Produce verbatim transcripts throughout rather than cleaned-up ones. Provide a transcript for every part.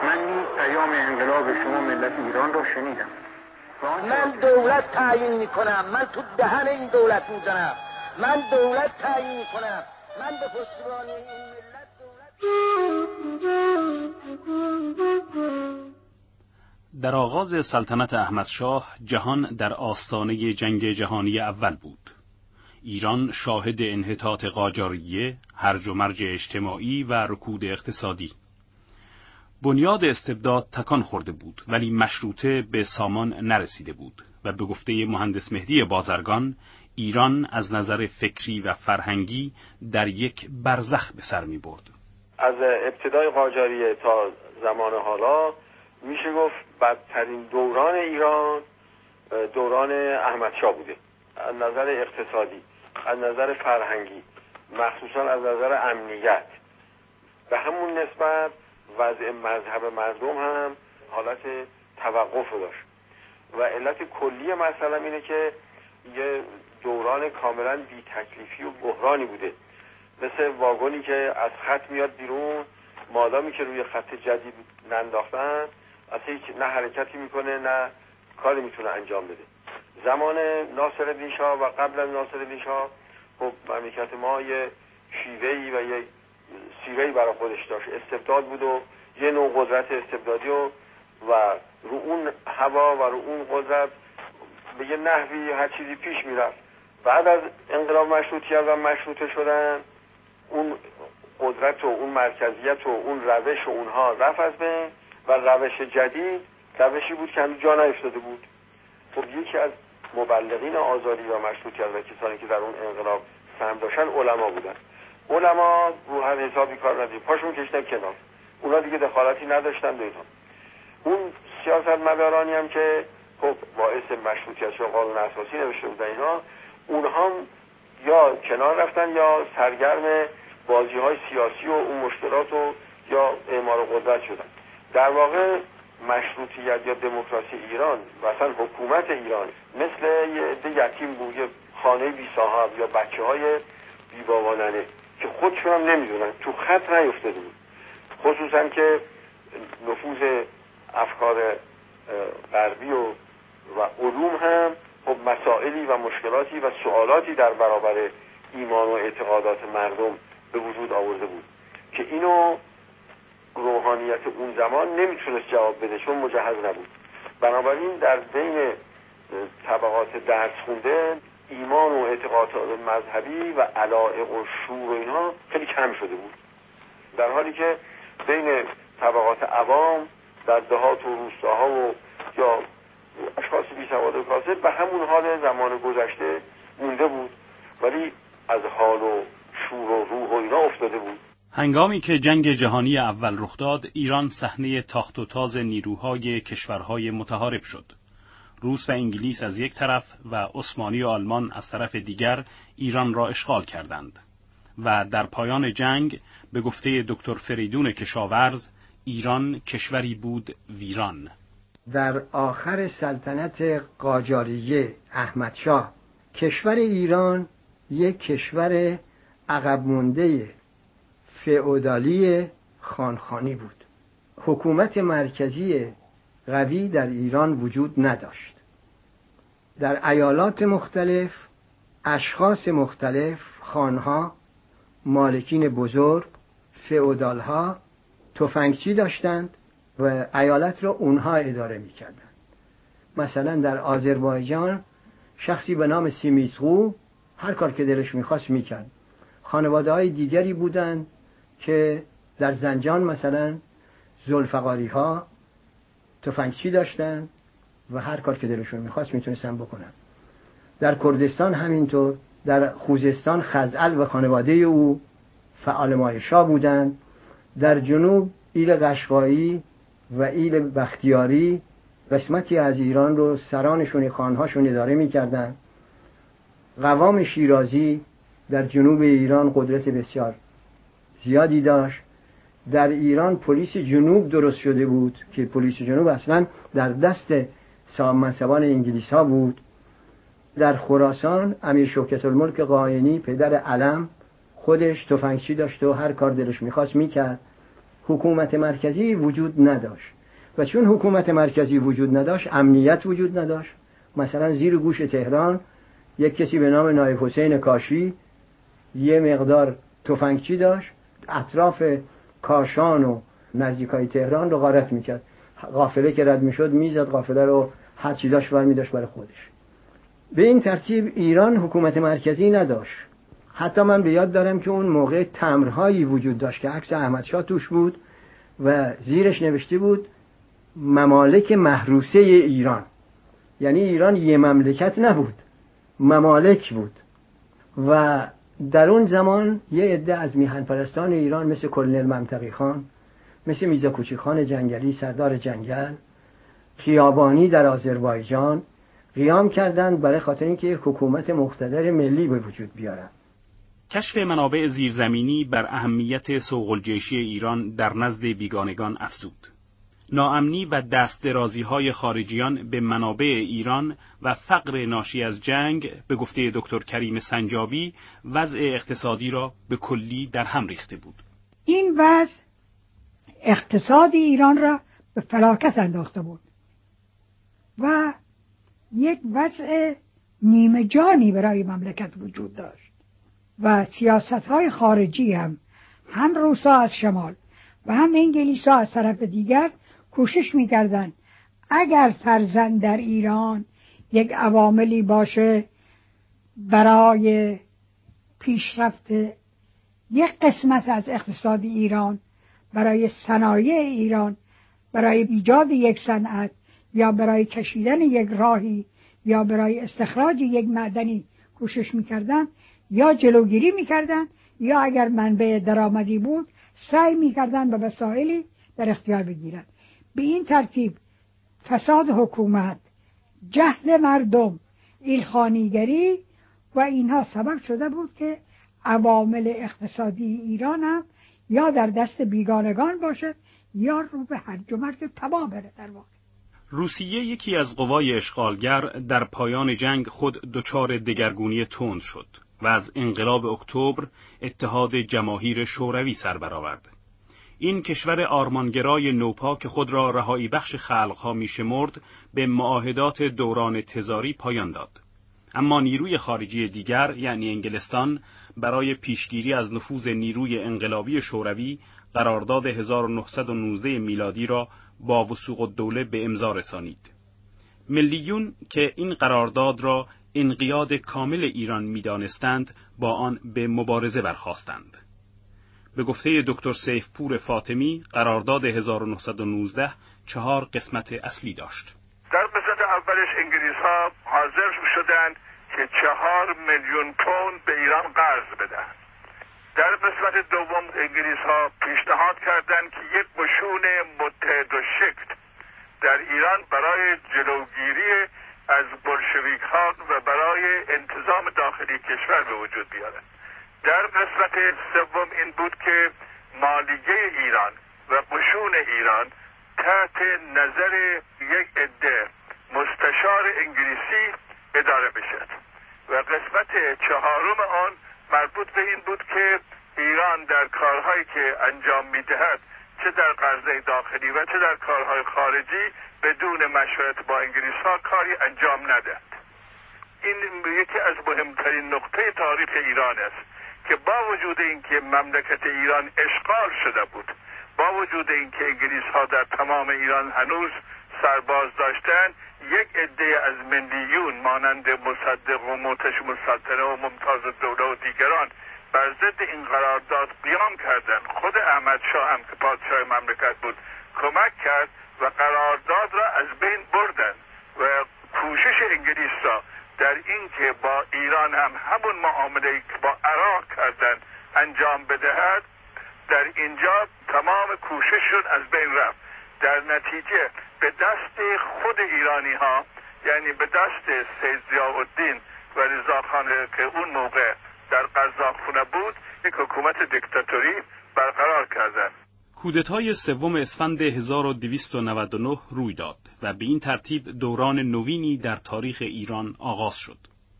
من نیز پیام انقلاب شما ملت ایران را شنیدم. من دولت تعیین میکنم، من تو دهن این دولت میزنم، من دولت تعیین میکنم، من به پشتیبانی این ملت دولت. در آغاز سلطنت احمد شاه جهان در آستانه جنگ جهانی اول بود. ایران شاهد انحطاط قاجاریه، هرج و مرج اجتماعی و رکود اقتصادی. بنیاد استبداد تکان خورده بود ولی مشروطه به سامان نرسیده بود و به گفته مهندس مهدی بازرگان ایران از نظر فکری و فرهنگی در یک برزخ به سر می برد. از ابتدای قاجاریه تا زمان حالا میشه گفت بدترین دوران ایران دوران احمد شاه بوده، از نظر اقتصادی، از نظر فرهنگی، مخصوصا از نظر امنیت. به همون نسبت وضع مذهب مردم هم حالت توقف رو داشت و علت کلی مثلا اینه که یه دوران کاملا بی تکلیفی و بحرانی بوده، مثل واگنی که از خط میاد بیرون، مادامی که روی خط جدید ننداختن اصلا هیچ نه حرکتی میکنه نه کاری میتونه انجام بده. زمان ناصرالدین شاه و قبل از ناصرالدین شاه خب مملکت ما یه شیوهی و یه سیرهی برای خودش داشت، استبداد بود و یه نوع قدرت استبدادی و و رو اون هوا و رو اون قدرت به یه نحوی هر چیزی پیش میرفت. بعد از انقلاب مشروطیت و مشروطه شدن اون قدرت و اون مرکزیت و اون روش و اونها رفت از بین و روش جدید روشی بود که هنوز جا نیفتاده بود. خب یکی از مبلغین آزادی و مشروطیت و کسانی که در اون انقلاب سهم داشتن علما بودن. علما رو هر حسابی کار ندید، پاشون کشیدن کنار، اونا دیگه دخالتی نداشتن به اینها. اون سیاستمدارانی هم که خب باعث مشروطیت و قانون اساسی نوشته بودن اینا، اونها یا کنار رفتن یا سرگرم بازی های سیاسی و اون مشکلات و یا اعمار قدرت شدن. در واقع مشروطیت یا دموکراسی ایران و اصلا حکومت ایران مثل یه عده یتیم بود، یه خانه بی صاحب یا بچه های بی بابا ننه که خودشون هم نمیدونن، تو خط نیفتاده بود. خصوصا که نفوذ افکار غربی و و علوم هم خب مسائلی و مشکلاتی و سوالاتی در برابر ایمان و اعتقادات مردم به وجود آورده بود که اینو روحانیت اون زمان نمیتونست جواب بده چون مجهز نبود. بنابراین در بین طبقات درس خونده ایمان و اعتقادات مذهبی و علایق و شور و اینها خیلی کم شده بود، در حالی که بین طبقات عوام در دهات و روستاها و یا اشخاص بی سواد و کاسب به همون حال زمان گذشته مونده بود ولی از حال و شور و روح و اینا افتاده بود. هنگامی که جنگ جهانی اول رخ داد، ایران صحنه تاخت و تاز نیروهای کشورهای متحارب شد. روس و انگلیس از یک طرف و عثمانی و آلمان از طرف دیگر ایران را اشغال کردند و در پایان جنگ به گفته دکتر فریدون کشاورز ایران کشوری بود ویران. در آخر سلطنت قاجاریه احمد شاه کشور ایران یک کشور عقب مانده فئودالی خانخانی بود. حکومت مرکزی قوی در ایران وجود نداشت. در ایالات مختلف اشخاص مختلف، خانها، مالکین بزرگ، فئودالها تفنگچی داشتند و ایالت را اونها اداره می‌کردند. مثلا در آذربایجان شخصی به نام سیمیسغو هر کار که دلش می‌خواست می‌کرد. خانواده‌های دیگری بودند که در زنجان مثلا ذوالفقاری‌ها تفنگچی داشتند و هر کار که دلشون می‌خواست می‌تونستن بکنن. در کردستان همینطور، در خوزستان خزعل و خانواده او فعال مایشا بودند. در جنوب ایل قشقایی و ایل بختیاری قسمتی از ایران رو سرانشون خانهاشون اداره می‌کردند. قوام شیرازی در جنوب ایران قدرت بسیار زیادی داشت. در ایران پلیس جنوب درست شده بود که پلیس جنوب اصلا در دست منصبان انگلیس ها بود. در خراسان امیر شوکت الملک قاینی پدر علم خودش تفنگچی داشت و هر کار دلش میخواست میکرد. حکومت مرکزی وجود نداشت و چون حکومت مرکزی وجود نداشت امنیت وجود نداشت. مثلا زیر گوش تهران یک کسی به نام نایب حسین کاشی یه مقدار تفنگچی داشت، اطراف کاشان و نزدیکای تهران رو غارت میکرد. قافله که رد میشد میزد قافله رو، هر چی داشت برمی داشت برای خودش. به این ترتیب ایران حکومت مرکزی نداشت. حتی من به یاد دارم که اون موقع تمبرهایی وجود داشت که عکس احمدشاه توش بود و زیرش نوشته بود ممالک محروسه ایران. یعنی ایران یه مملکت نبود، ممالک بود. و در اون زمان یه عده از میهن پرستان ایران مثل کلنل منطقی خان، مثل میرزا کوچک خان جنگلی سردار جنگل، خیابانی در آذربایجان قیام کردند برای خاطر اینکه یک حکومت مقتدر ملی به وجود بیارن. کشف منابع زیرزمینی بر اهمیت سوق‌الجیشی ایران در نزد بیگانگان افزود. ناامنی و دست درازی‌های خارجیان به منابع ایران و فقر ناشی از جنگ به گفته دکتر کریم سنجابی وضع اقتصادی را به کلی در هم ریخته بود. این وضع اقتصاد ایران را به فلاکت انداخته بود و یک وضع نیمه جانی برای مملکت وجود داشت و سیاست‌های خارجی هم هم روسا از شمال و هم انگلیسا از طرف دیگر کوشش می‌کردند اگر فرضاً در ایران یک عواملی باشه برای پیشرفت یک قسمت از اقتصاد ایران، برای صنایع ایران، برای ایجاد یک صنعت یا برای کشیدن یک راهی یا برای استخراج یک معدنی کوشش می‌کردند، یا جلوگیری می‌کردند یا اگر منبع درآمدی بود سعی می‌کردند به وسایلی در اختیار بگیرند. به این ترتیب فساد حکومت، جهل مردم، ایلخانیگری و اینها سبب شده بود که عوامل اقتصادی ایران هم یا در دست بیگانگان باشد یا رو به هرج و مرج تباه بره. در واقع روسیه یکی از قوای اشغالگر در پایان جنگ خود دچار دگرگونی تند شد و از انقلاب اکتبر اتحاد جماهیر شوروی سر برآورد. این کشور آرمانگرای نوپا که خود را رهایی بخش خلقها می شمرد به معاهدات دوران تزاری پایان داد. اما نیروی خارجی دیگر یعنی انگلستان برای پیشگیری از نفوذ نیروی انقلابی شوروی قرارداد هزار و نهصد و نوزده میلادی را با وثوق الدوله به امضا رسانید. ملیون که این قرارداد را انقیاد کامل ایران می‌دانستند با آن به مبارزه برخاستند. به گفته دکتر سیفپور فاطمی قرارداد هزار و نهصد و نوزده چهار قسمت اصلی داشت. در قسمت اولش انگلیس‌ها حاضر شدند که چهار میلیون پوند به ایران قرض بدن. در قسمت دوم انگلیس‌ها پیشنهاد کردند که یک قشون متحد و شکل در ایران برای جلوگیری از بلشویک‌ها و برای انتظام داخلی کشور به وجود بیارند. در قسمت سوم این بود که مالیه ایران و قشون ایران تحت نظر یک عده مستشار انگلیسی اداره بشد و قسمت چهارم آن مربوط به این بود که ایران در کارهایی که انجام میدهد چه در قرضه داخلی و چه در کارهای خارجی بدون مشورت با انگلیس ها کاری انجام ندهد. این یکی از مهمترین نقطه تاریخ ایران است که با وجود اینکه مملکت ایران اشغال شده بود، با وجود اینکه انگلیس ها در تمام ایران هنوز سرباز داشتند، یک عده از ملیون مانند مصدق و معتصم السلطنه و ممتاز الدوله و دیگران بر ضد این قرارداد قیام کردند. خود احمد شاه هم که پادشاه مملکت بود کمک کرد و قرارداد را از بین بردند و کوشش انگلیس را در این که با ایران هم همون معامله که با عراق کردند انجام بدهد، در اینجا تمام کوشششون از بین رفت. در نتیجه به دست خود ایرانی ها، یعنی به دست سید ضیاءالدین و رضاخان که اون موقع در قزاق‌خونه بود، یک حکومت دیکتاتوری برقرار کردند. کودتای سوم اسفند هزار و دویست و نود و نه روی داد و به این ترتیب دوران نوینی در تاریخ ایران آغاز شد.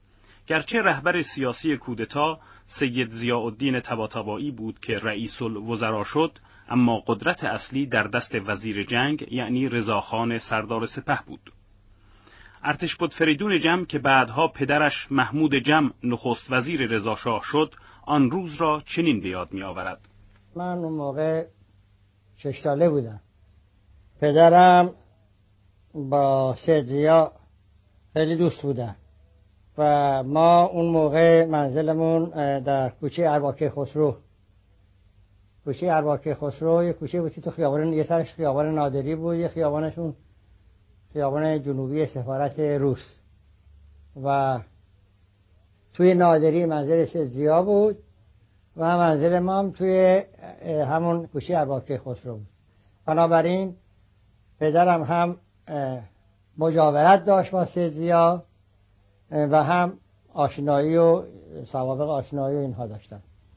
گرچه رهبر سیاسی کودتا سید ضیاءالدین طباطبایی بود که رئیس الوزراء شد، اما قدرت اصلی در دست وزیر جنگ یعنی رضاخان سردار سپه بود. ارتشبد فریدون جم که بعدها پدرش محمود جم نخست وزیر رضاشاه شد، آن روز را چنین به یاد می آورد. من اون موقع شش ساله بودم. پدرم با سید ضیا خیلی دوست بودن و ما اون موقع منزلمون در کوچه ارباکه خسرو کوچه ارباکه خسرو یه کوچه بود که تو خیابان، یه سرش خیابان نادری بود، یه خیابانشون خیابان جنوبی سفارت روس و توی نادری منزل سید ضیا بود و منزل ما هم توی همون کوچه ارباکه خسرو بود. بنابراین پدرم هم مجاورت داشت با سید ضیا و هم آشنایی و سوابق آشنایی و اینها داشتن.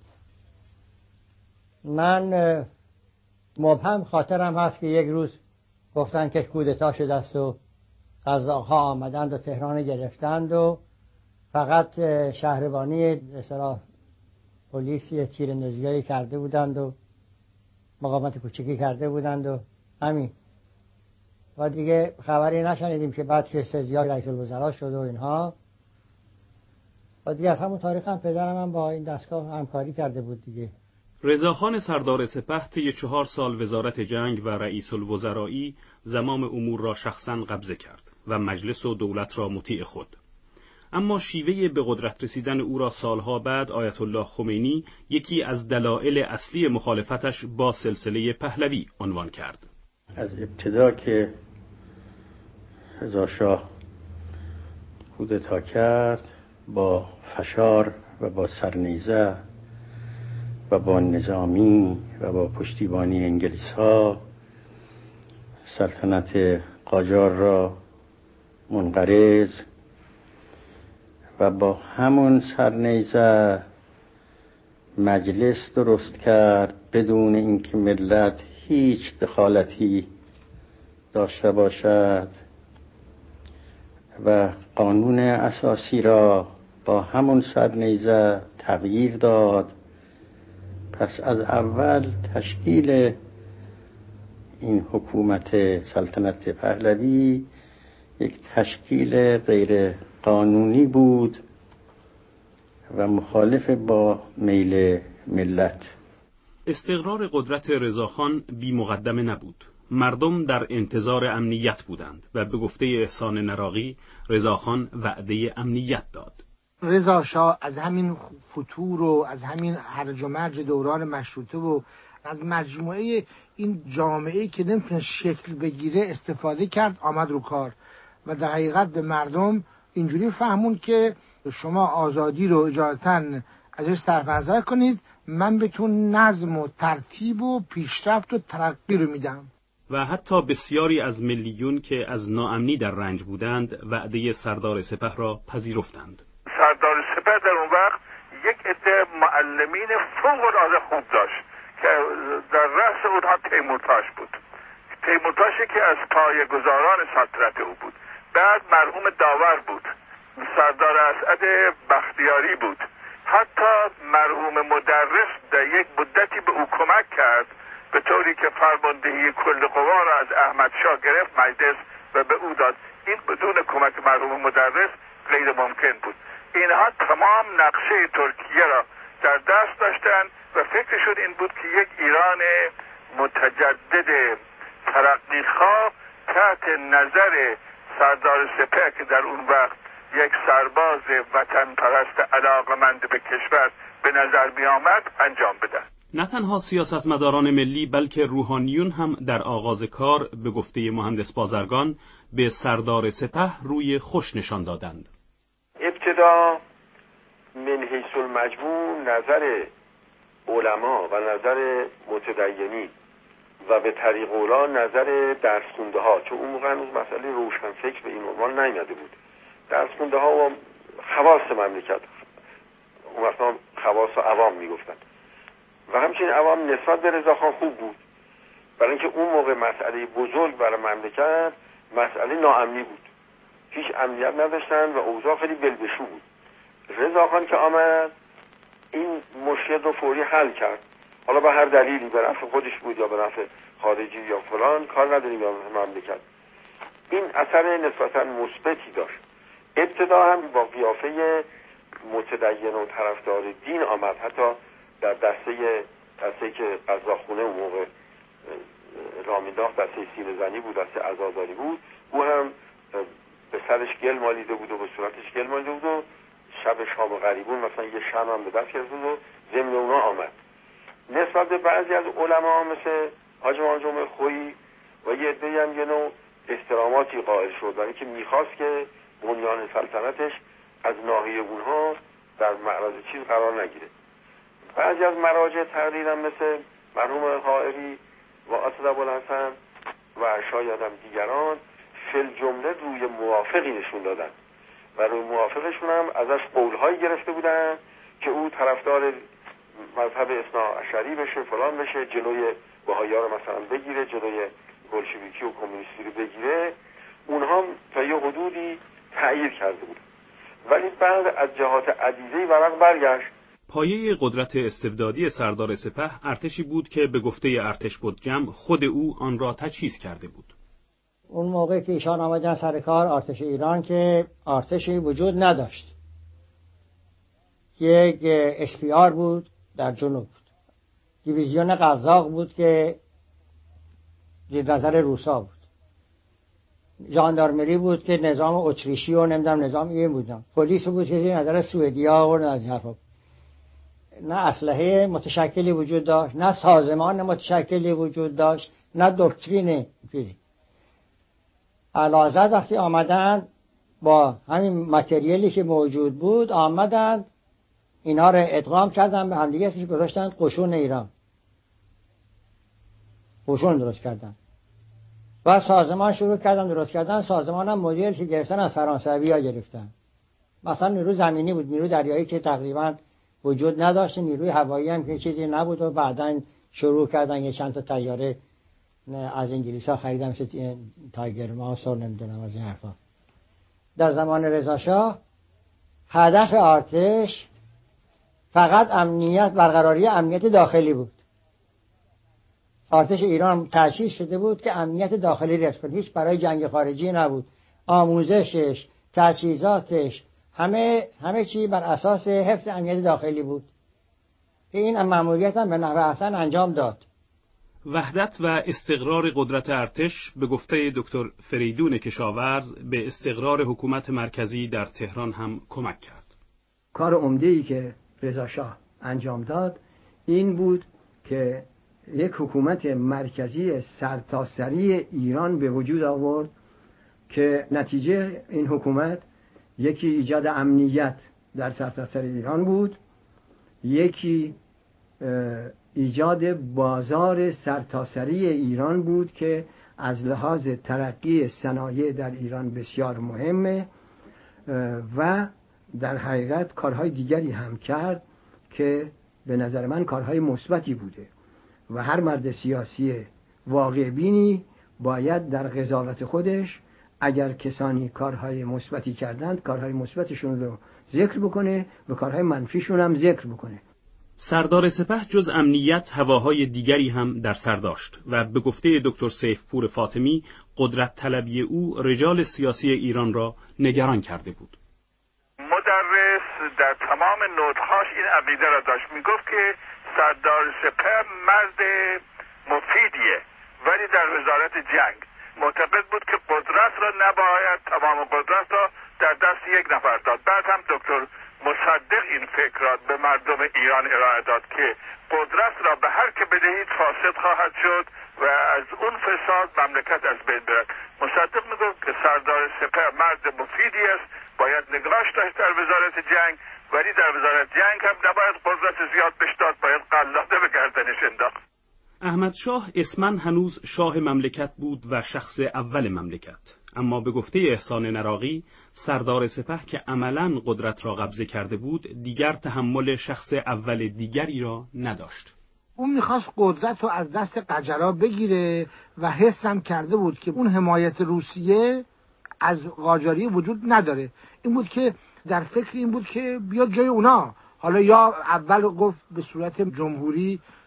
من مبهم خاطرم هست که یک روز گفتن که کودتا شده است و قزاق‌ها آمدند و تهران گرفتند و فقط شهربانی اصطلاح پلیسی تیراندازی‌ای کرده بودند و مقاومت کوچکی کرده بودند و همین. و دیگه خبری نشنیدیم که بعد که سید ضیا رئیس الوزراء شد و اینها. و دیگه از همون تاریخ هم پدرم هم با این دستگاه همکاری کرده بود دیگه. رضاخان سردار سپه طی چهار سال وزارت جنگ و رئیس الوزرایی زمام امور را شخصاً قبضه کرد و مجلس و دولت را مطیع خود. اما شیوه به قدرت رسیدن او را سالها بعد آیت الله خمینی یکی از دلایل اصلی مخالفتش با سلسله پهلوی عنوان کرد. از ابتدا که رضا شاه کودتا کرد، با فشار و با سرنیزه و با نظامی و با پشتیبانی انگلیس ها سلطنت قاجار را منقرض و با همون سرنیزه مجلس درست کرد بدون اینکه ملت هیچ دخالتی داشته باشد و قانون اساسی را با همون سرنیزه تغییر داد. پس از اول تشکیل این حکومت سلطنت پهلوی یک تشکیل غیر قانونی بود و مخالف با میل ملت. استقرار قدرت رضاخان بی مقدمه نبود. مردم در انتظار امنیت بودند و به گفته احسان نراقی رضاخان وعده امنیت داد. رضا شاه از همین فتور و از همین هرج و مرج دوران مشروطه و از مجموعه این جامعه‌ای که نمیتونه شکل بگیره استفاده کرد، آمد رو کار و در حقیقت به مردم اینجوری فهموند که شما آزادی رو اجازتاً ازش صرف نظر کنید، من بهتون نظم و ترتیب و پیشرفت و ترقی رو میدم. و حتی بسیاری از ملیون که از ناامنی در رنج بودند وعده سردار سپه را پذیرفتند. سردار سپه در اون وقت یک عده معلمین فوق العاده خوب داشت که در رأس اونها تیمورتاش بود. تیمورتاشی که از پایه‌گذاران سلطنت او بود. بعد مرحوم داور بود. سردار اسعد بختیاری بود. حتی مرحوم مدرس در یک مدتی به او کمک کرد، به طوری که فرماندهی کل قوا را از احمد شاه گرفت مجلس و به او داد. این بدون کمک مرحوم مدرس غیر ممکن بود. اینها تمام نقشه ترکیه را در دست داشتند و فکرشون این بود که یک ایران متجدد ترقیخواه تحت نظر سردار سپه که در اون وقت یک سرباز وطن پرست علاقمند به کشور به نظر می آمد انجام بدن. نه تنها سیاستمداران ملی بلکه روحانیون هم در آغاز کار به گفته مهندس بازرگان به سردار سپه روی خوش نشان دادند. ابتدا من حیث المجموع نظر علما و نظر متدینی و به طریق اولا نظر درس خونده ها، چون اون موقع هنوز مسئله روشنفکر به این عنوان نیامده بود، درس خونده ها و خواص مملکت، اون وقتا خواص و عوام میگفتن و همچنین عوام نسبت به رضاخان خوب بود، برای اینکه اون موقع مسئله بزرگ برای مملکت مسئله ناامنی بود، هیچ امنیت نداشتن و اوضاع خیلی بلبشو بود. رضاخان که آمد این مشکل رو فوری حل کرد حالا به هر دلیلی به نفع خودش بود یا به نفع خارجی یا فلان، کار نداریم یا مملکت، این اثر نسبتا مثبتی داشت. ابتدا هم با قیافه متدین و طرفدار دین آمد، حتی در دسته دسته که قزاقخونه اون موقع راه مینداخت، دسته سینه زنی بود، دسته عزاداری بود، او هم به سرش گل مالیده بود و به صورتش گل مالیده بود و شب شام غریبون مثلا یه شمع هم به دست گرفت و ضمن اونا آمد. نسبت به بعضی از علما مثل حاج محمد جمعه خویی و یه عده‌ای هم یه نوع احتراماتی قائل شد، برای که میخواست که بنیان سلطنتش از ناحیه اونها در معرض چیز قرار نگیره. بعضی از مراجع تقریرا مثل مرحوم حائری و اسد ابوالحسن و شاید هم دیگران فل جمله روی موافقی نشون دادن و روی موافقشون هم ازش قولهایی گرفته بودن که او طرفدار مذهب اثناعشری بشه، فلان بشه، جلوی بهائی‌ها رو مثلا بگیره، جلوی بولشویکی و کمونیستی رو بگیره. اونها تا یه حدودی تأیید کرده بود، ولی بعد از جهات عدیده‌ای ورق برگشت. پایه قدرت استبدادی سردار سپه ارتشی بود که به گفته ارتش بودجم خود او آن را تجهیز کرده بود. اون موقع که ایشان آمدن سر کار ارتش ایران که ارتشی وجود نداشت، یک اسپیار بود در جنوب، دیویزیون قزاق بود که زیر نظر روسا بود، ژاندارمری بود که نظام اتریشی و نمیدونم نظام این بودن، پلیس بود که زیر نظر سوئدیا و از حرفا. نه اسلحه متشکلی وجود داشت، نه سازمان متشکلی وجود داشت، نه دکترین چیزی. علازد وقتی آمدن با همین متریالی که موجود بود آمدن اینا رو ادغام کردن به همدیگه، اسمش گذاشتن قشون ایران، قشون درست کردن و سازمان شروع کردن درست کردن. سازمان هم مدل که گرفتن از فرانسوی ها گرفتن، مثلا نیرو زمینی بود، نیرو دریایی که تقریبا وجود نداشت، نیروی هوایی هم که چیزی نبود و بعدن شروع کردن یه چند تا طیاره از انگلیس ها خریدن مثل تایگر ماس و نمیدونم از این حرفا. در زمان رضا شاه هدف ارتش فقط امنیت، برقراری امنیت داخلی بود. ارتش ایران تأسیس شده بود که امنیت داخلی رفت کنه، هیچ برای جنگ خارجی نبود. آموزشش، تجهیزاتش، همه همه چی بر اساس حفظ امنیت داخلی بود. این مأموریت هم به نحو احسن انجام داد. وحدت و استقرار قدرت ارتش به گفته دکتر فریدون کشاورز به استقرار حکومت مرکزی در تهران هم کمک کرد. کار عمده‌ای که رضا شاه انجام داد این بود که یک حکومت مرکزی سرتاسری ایران به وجود آورد که نتیجه این حکومت یکی ایجاد امنیت در سرتاسر ایران بود، یکی ایجاد بازار سرتاسری ایران بود که از لحاظ ترقی صنایع در ایران بسیار مهمه و در حقیقت کارهای دیگری هم کرد که به نظر من کارهای مثبتی بوده و هر مرد سیاسی واقع بینی باید در قضاوت خودش اگر کسانی کارهای مثبتی کردند کارهای مثبتشون رو ذکر بکنه و کارهای منفیشون هم ذکر بکنه. سردار سپه جز امنیت هواهای دیگری هم در سر داشت و به گفته دکتر سیفپور فاطمی قدرت طلبی او رجال سیاسی ایران را نگران کرده بود. مدرس در تمام نوت‌هاش این عقیده را داشت، میگفت که سردار سپه مرد مفیدیه ولی در وزارت جنگ معتقد بود که قدرت را نباید تمام قدرت را در دست یک نفر داد. بعد هم دکتر مصدق این فکر را به مردم ایران ارائه داد که قدرت را به هر که بدهید فاسد خواهد شد و از اون فساد مملکت از بین برد. مصدق میگفت که سردار سپه مرد مفیدی است، باید نگاش داشت در وزارت جنگ، ولی در وزارت جنگ هم نباید قدرت زیاد بهش داد، باید قلاده به گردنش انداخت. احمد شاه اسماً هنوز شاه مملکت بود و شخص اول مملکت، اما به گفته احسان نراقی سردار سپه که عملاً قدرت را قبضه کرده بود دیگر تحمل شخص اول دیگری را نداشت. اون میخواست قدرت رو از دست قجرها بگیره و حس هم کرده بود که اون حمایت روسیه از قاجاری وجود نداره. این بود که در فکر این بود که بیاد جای اونا. حالا یا اول گفت به صورت جمهوری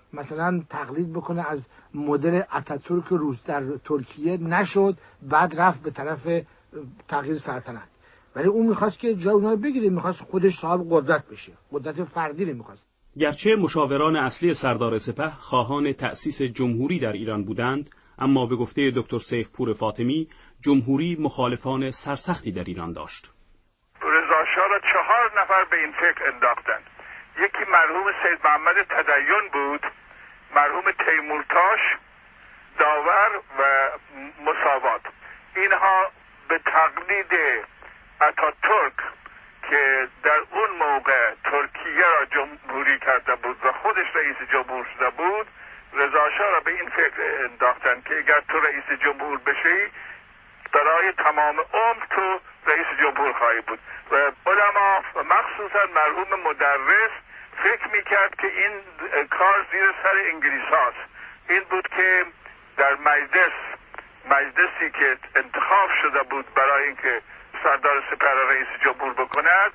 مثلا تقلید بکنه از مدل اتاتورک روس در ترکیه، نشد، بعد رفت به طرف تغییر سلطنت. ولی اون میخواست که جای اونا رو بگیره، میخواست خودش صاحب قدرت بشه، قدرت فردی رو میخواست. گرچه مشاوران اصلی سردار سپه خواهان تأسیس جمهوری در ایران بودند، اما به گفته دکتر سیفپور فاطمی جمهوری مخالفان سرسختی در ایران داشت. رضا شاه را چهار نفر به این فکر انداختند. یکی مرحوم سید محمد تدین بود، مرحوم تیمورتاش، داور و مساوات. اینها به تقلید اتاتورک که در اون موقع ترکیه را جمهوری کرده بود و خودش رئیس جمهور شده بود، رضا شاه را به این فکر انداختن که اگر تو رئیس جمهور بشی برای تمام عمر تو رئیس جمهور خواهی بود. و علما و مخصوصا مرحوم مدرس فکر میکرد که این کار زیر سر انگلیس هاست. این بود که در مجلس مجلسی که انتخاب شده بود برای اینکه سردار سپه را رئیس جمهور بکند،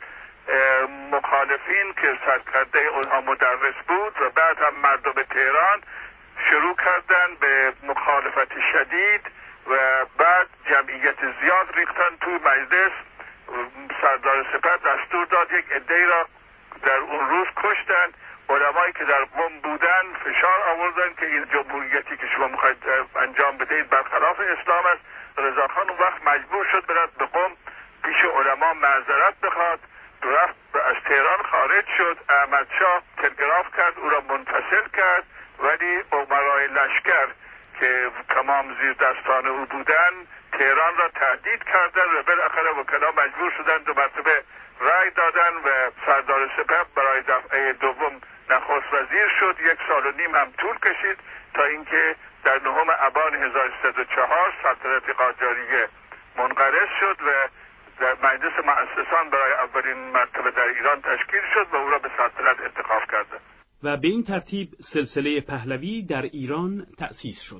مخالفین که سرکرده اونها مدرس بود و بعد هم مردم تهران شروع کردن به مخالفت شدید و بعد جمعیت زیاد ریختن توی مجلس. سردار سپه دستور داد یک عده‌ای را در اون روز کشتن. علمایی که در قم بودن فشار آوردن که این جمهوریتی که شما میخواید انجام بدهید برخلاف اسلام است. رضا خان اون وقت مجبور شد برد به قم پیش علما معذرت بخواد، رفت از تهران خارج شد. احمد شاه تلگراف کرد او را منفصل کرد، ولی امرای لشکر که تمام زیر دستان او بودن تهران را تهدید کردن و بالاخره وکلا مجبور شدن دو مرتبه رأی دادن و سردار سپه برای دفعه دوم نخست وزیر شد. یک سال و نیم هم طول کشید تا اینکه در نهم ابان هزار و سیصد و چهار سلطنت قاجاریه منقرض شد و در مجلس مؤسسان برای اولین مرتبه در ایران تشکیل شد و او را به سلطنت انتخاب کرده و به این ترتیب سلسله پهلوی در ایران تأسیس شد.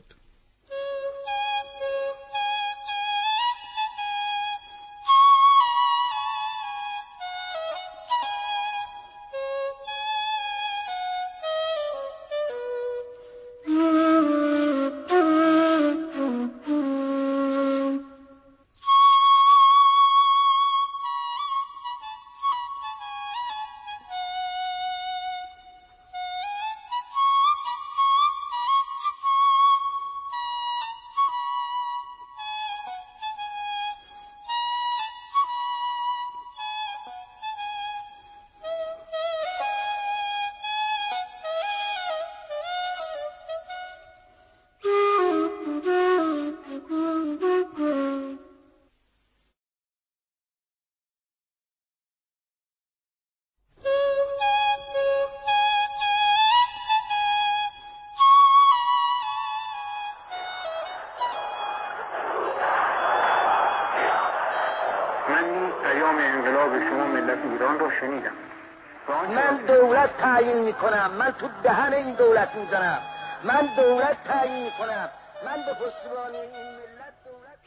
ایران رو شنیدم. من دولت تعیین میکنم، من تو دهن این دولت میزنم، من دولت تعیین میکنم، من به پشتیبانی این ملت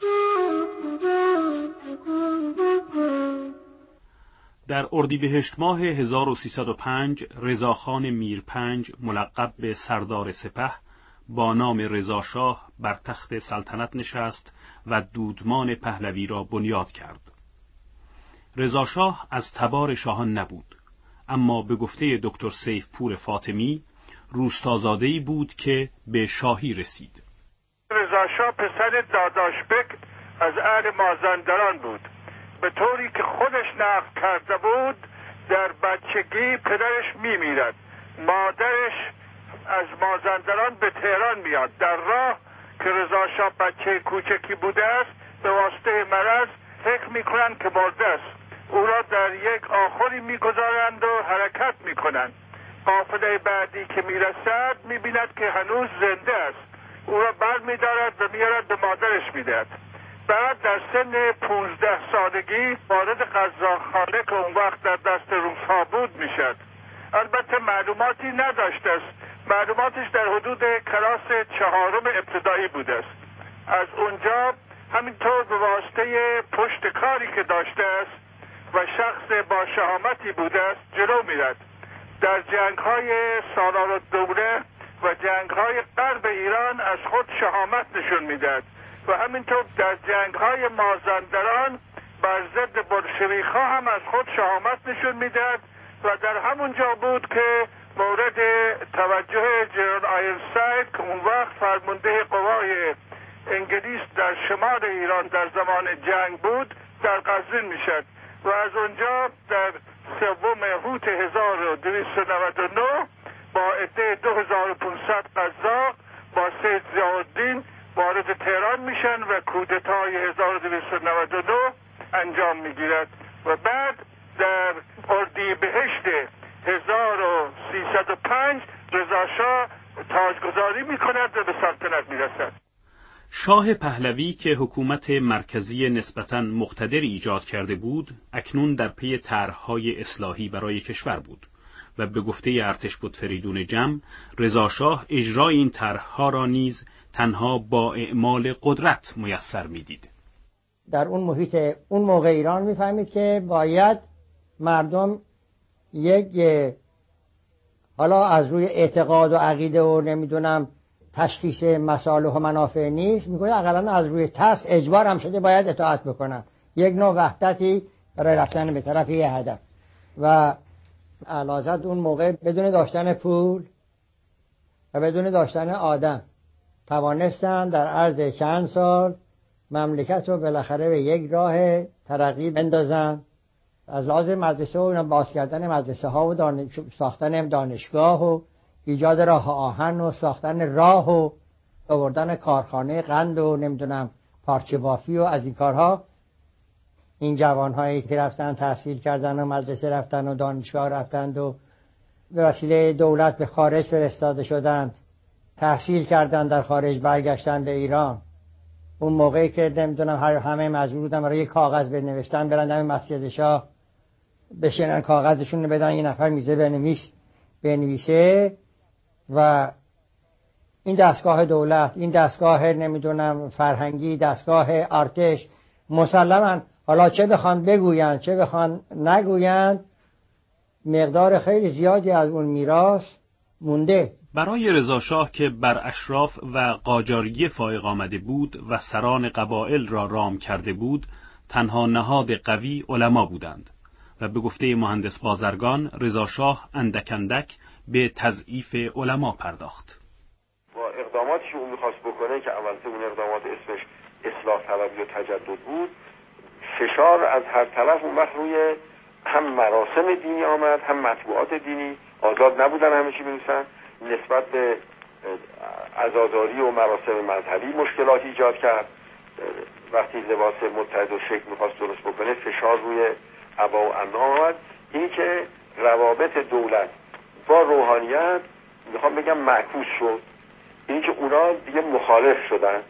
دولت. در اردیبهشت ماه هزار و سیصد و پنج رضاخان میرپنج ملقب به سردار سپه با نام رضا شاه بر تخت سلطنت نشست و دودمان پهلوی را بنیاد کرد. رضا شاه از تبار شاهان نبود، اما به گفته دکتر سیفپور فاطمی روستازاده‌ای بود که به شاهی رسید. رضا شاه پسر داداشبک از اهل مازندران بود، به طوری که خودش نقل کرده بود در بچگی پدرش میمیرد، مادرش از مازندران به تهران میاد. در راه که رضا شاه بچه کوچکی بوده است به واسطه مرض فکر میکنند که مرده است، او را در یک آخری میگذارند و حرکت میکنند. قافله بعدی که میرسد میبیند که هنوز زنده است، او را بر میدارد و میارد به مادرش میدهد. بعد در سن پونزده سالگی وارد قزاقخانه که اون وقت در دست روس‌ها بود میشد. البته معلوماتی نداشته است، معلوماتش در حدود کلاس چهارم ابتدایی بوده است. از اونجا همینطور به واسطه پشت کاری که داشته است و شخص با شهامتی بوده است جلو میرد. در جنگ های سالار الدوله و جنگ‌های غرب ایران از خود شهامت نشون میداد و همینطور در جنگ‌های مازندران بر ضد بلشویک‌ها هم از خود شهامت نشون میداد و در همون جا بود که مورد توجه جنرال آیرنساید که اون وقت فرمانده قوای انگلیس در شمال ایران در زمان جنگ بود در قزوین میشد و از اونجا در سوم هوت هزار و دویست و نود و نه با عده دو هزار و پانصد قزاق با سید ضیاءالدین وارد تهران میشن و کودتای هزار و دویست و نود و نه انجام میگیرد و بعد در اردیبهشت هزار و سیصد و پنج رضا شاه تاجگذاری میکند و به سلطنت میرسد. شاه پهلوی که حکومت مرکزی نسبتاً مقتدر ایجاد کرده بود، اکنون در پی طرح‌های اصلاحی برای کشور بود و به گفته ارتشبد فریدون جم، رضا شاه اجرای این طرح‌ها را نیز تنها با اعمال قدرت میسر میدید. در اون محیط اون موقع ایران میفهمید که باید مردم یک حالا از روی اعتقاد و عقیده و نمیدونم تشخیص مصالح و منافع نیست، میگه اقلا از روی ترس اجبار هم شده باید اطاعت بکنن، یک نوع وحدتی برای رفتن به طرف یه هدف. و اعلیحضرت اون موقع بدون داشتن پول و بدون داشتن آدم توانستن در عرض چند سال مملکت رو بالاخره به یک راه ترقی بندازن. از لحاظ مدرسه و باز کردن مدرسه ها و دانش... ساختن دانشگاه و ایجاد راه آهن و ساختن راه و آوردن کارخانه قند و نمیدونم پارچه بافی و از این کارها، این جوانهایی که رفتن تحصیل کردن و مدرسه رفتن و دانشگاه رفتند و به وسیله دولت به خارج فرستاده شدند، تحصیل کردن در خارج برگشتن به ایران. اون موقعی که نمیدونم هر همه مجبور بودن برای کاغذ بنوشتن برن دم مسجد شاه بشینن کاغذشون رو بدن، یه نفر میزه بنویس بنویسه و این دستگاه دولت، این دستگاه نمیدونم فرهنگی، دستگاه ارتش، مسلماً حالا چه بخوان بگوین چه بخوان نگوین مقدار خیلی زیادی از اون میراث مونده. برای رضا شاه که بر اشراف و قاجاریه فائق آمده بود و سران قبایل را رام کرده بود، تنها نهاد قوی علما بودند و به گفته مهندس بازرگان رضا شاه اندک اندک به تضعیف علما پرداخت. با اقداماتی که اون میخواست بکنه که اولته اون اقدامات اسمش اصلاح طلبی و تجدد بود، فشار از هر طرف اون وقت روی هم مراسم دینی آمد، هم مطبوعات دینی آزاد نبودن همه چی بنویسن، نسبت به عزاداری و مراسم مذهبی مشکلات ایجاد کرد. وقتی لباس متحد و شکل میخواست درست بکنه فشار روی عبا و عمام آمد. اینی که روابط دولت با روحانیت میخوام بگم معکوس شد، اینی که اونا دیگه مخالف شدن.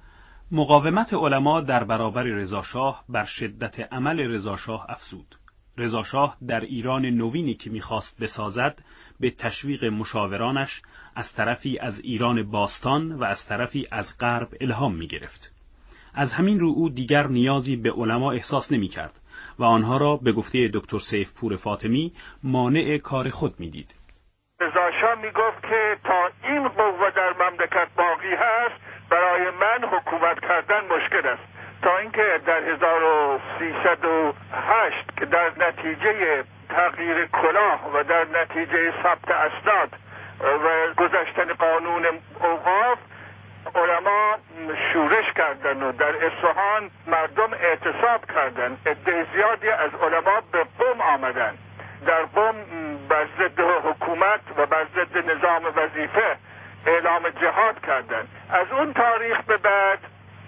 مقاومت علما در برابر رضا شاه بر شدت عمل رضا شاه افزود. رضا شاه در ایران نوینی که میخواست بسازد به تشویق مشاورانش از طرفی از ایران باستان و از طرفی از غرب الهام میگرفت. از همین رو او دیگر نیازی به علما احساس نمیکرد و آنها را به گفته دکتر سیفپور فاطمی مانع کار خود میدید. رضا شاه میگفت که تا این قوه در مملکت باقی هست برای من حکومت کردن مشکل است. تا اینکه در هزار و سیصد و هشت که در نتیجه تغییر کلاه و در نتیجه ثبت اسناد و گذشتن قانون اوقاف علما شورش کردن و در اصفهان مردم اعتصاب کردن، عده زیادی از علما به قم آمدن، در قم بر ضد حکومت و بر ضد نظام وظیفه اعلام جهاد کردن. از اون تاریخ به بعد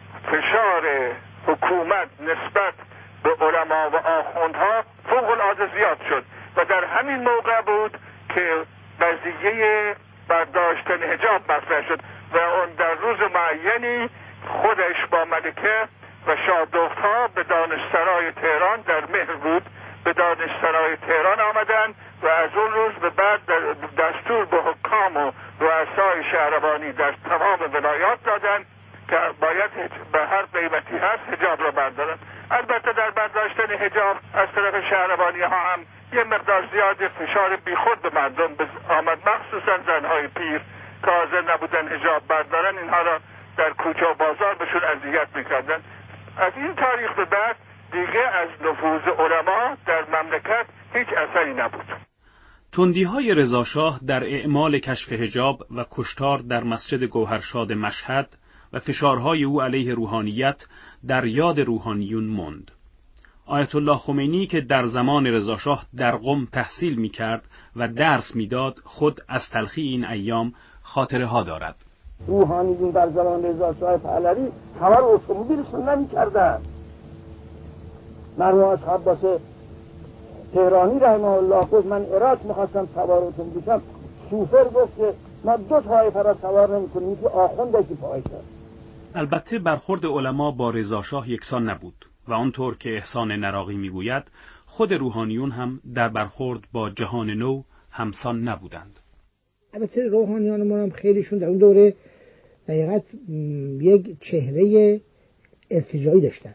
فشار حکومت نسبت به علما و آخوندها فوق العاده زیاد شد و در همین موقع بود که قضیه برداشتن حجاب مطرح شد و اون در روز معینی خودش با ملکه و شادختها به دانشسرای تهران در مهر بود به دانشسرای تهران آمدن و از اون روز به بعد دستور به حکام و رؤسای شهربانی در تمام ولایات دادن که باید به هر قیمتی هست حجاب را بردارن. البته در برداشتن حجاب از طرف شهربانی ها هم یه مقدار زیاد فشار بیخود به مردم آمد، مخصوصا زنهای پیر که حاضر نبودن حجاب بردارن، اینها را در کوچه و بازار بهشون اذیت میکردن. از این تاریخ به بعد دیگه از نفوذ علما در مملکت هیچ اثری نبود. تندی‌های رضاشاه در اعمال کشف حجاب و کشتار در مسجد گوهرشاد مشهد و فشارهای او علیه روحانیت در یاد روحانیون ماند. آیت الله خمینی که در زمان رضاشاه در قم تحصیل می‌کرد و درس می‌داد، خود از تلخی این ایام خاطره‌ها دارد. روحانیون در زمان رضاشاه پهلوی سوار اتومبیلشون نمی‌کردن. مرحوم عباس تهرانی رحمه الله گفت من عراق می‌خواستم سوار اتومبیل بشم، شوفر گفت که ما دو طایفه را سوار نمی‌کنیم، یکی آخوند یکی پایکر. البته برخورد علما با رضاشاه یکسان نبود و آنطور که احسان نراقی میگوید خود روحانیون هم در برخورد با جهان نو همسان نبودند. البته روحانیان ما هم خیلیشون در اون دوره دقیقاً یک چهره ارتجاعی داشتن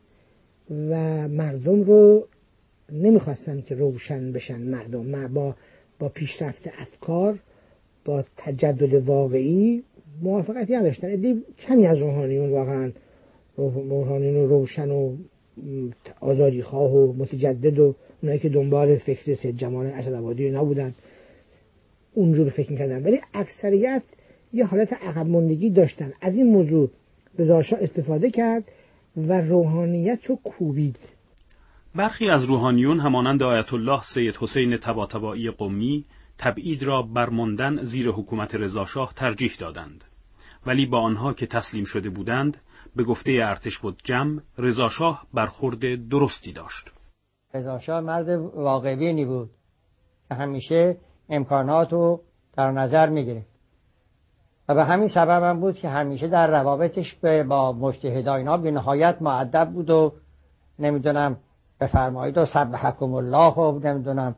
و مردم رو نمیخواستن که روشن بشن. مردم با با پیشرفت افکار، با تجدد واقعی موافقتی نداشتن. ادی کمی از روحانیون واقعا روحانیون روشن و آزادی خواه و متجدد و اونایی که دنبال فکر سید جمال اسدآبادی نبودن اونجور فکر میکردن، ولی اکثریت یه حالت عقب ماندگی داشتن. از این موضوع رضاشاه استفاده کرد و روحانیت رو کوبید. برخی از روحانیون همانند آیت الله سید حسین طباطبایی قمی تبعید را برماندن زیر حکومت رضاشاه ترجیح دادند، ولی با آنها که تسلیم شده بودند به گفته ارتشبدجم رضاشاه برخورد درستی داشت. رضاشاه مرد واقع‌بینی بود که همیشه امکانات رو در نظر می‌گرفت و به همین سبب هم بود که همیشه در روابطش با مجتهدان اینا به نهایت مؤدب بود و نمیدونم بفرمایید و سبحکم الله و نمیدونم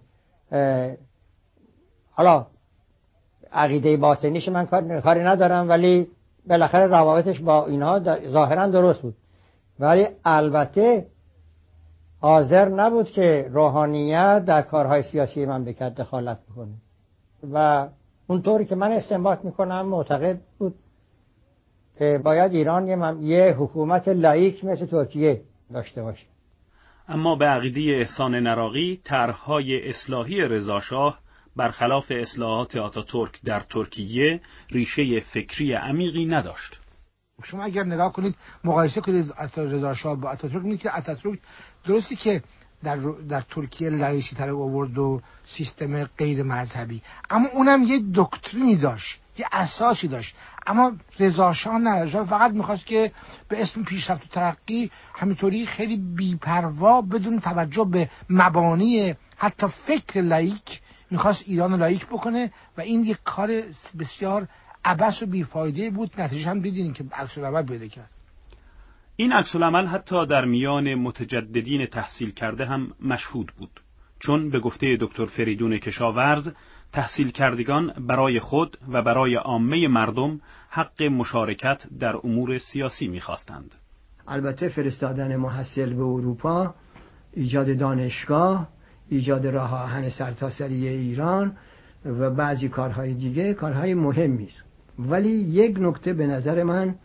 حالا عقیده باطنیش من کاری ندارم، ولی بالاخره روابطش با اینها ظاهرا درست بود، ولی البته حاضر نبود که روحانیت در کارهای سیاسی مملکت دخالت بکنه و اونطوری که من استنباط میکنم معتقد بود که باید ایران یه, مم... یه حکومت لاییک مثل ترکیه داشته باشه. اما به عقیده احسان نراقی طرح‌های اصلاحی رضاشاه برخلاف اصلاحات آتاتورک در ترکیه ریشه فکری عمیقی نداشت. شما اگر نگاه کنید مقایسه کنید رضاشاه با آتاتورک، می‌بینید که آتاتورک درستی که در در ترکیه لاییکی تر آورد و سیستم غیر مذهبی، اما اونم یه دکترینی داشت، یه اساسی داشت. اما رضاشاه نه، فقط می‌خواست که به اسم پیشرفت و ترقی همینطوری خیلی بی‌پروا بدون توجه به مبانی حتی فکر لاییک میخواست ایران لاییک بکنه و این یک کار بسیار عبث و بیفایده بود. نتیجه هم دیدین که عکس العمل پیدا کرد. این عکس العمل حتی در میان متجددین تحصیل کرده هم مشهود بود، چون به گفته دکتر فریدون کشاورز تحصیل کردگان برای خود و برای عامه مردم حق مشارکت در امور سیاسی میخواستند. البته فرستادن محصل به اروپا، ایجاد دانشگاه، ایجاد راه آهن سرتاسری ایران و بعضی کارهای دیگه کارهای مهمی است، ولی یک نکته به نظر من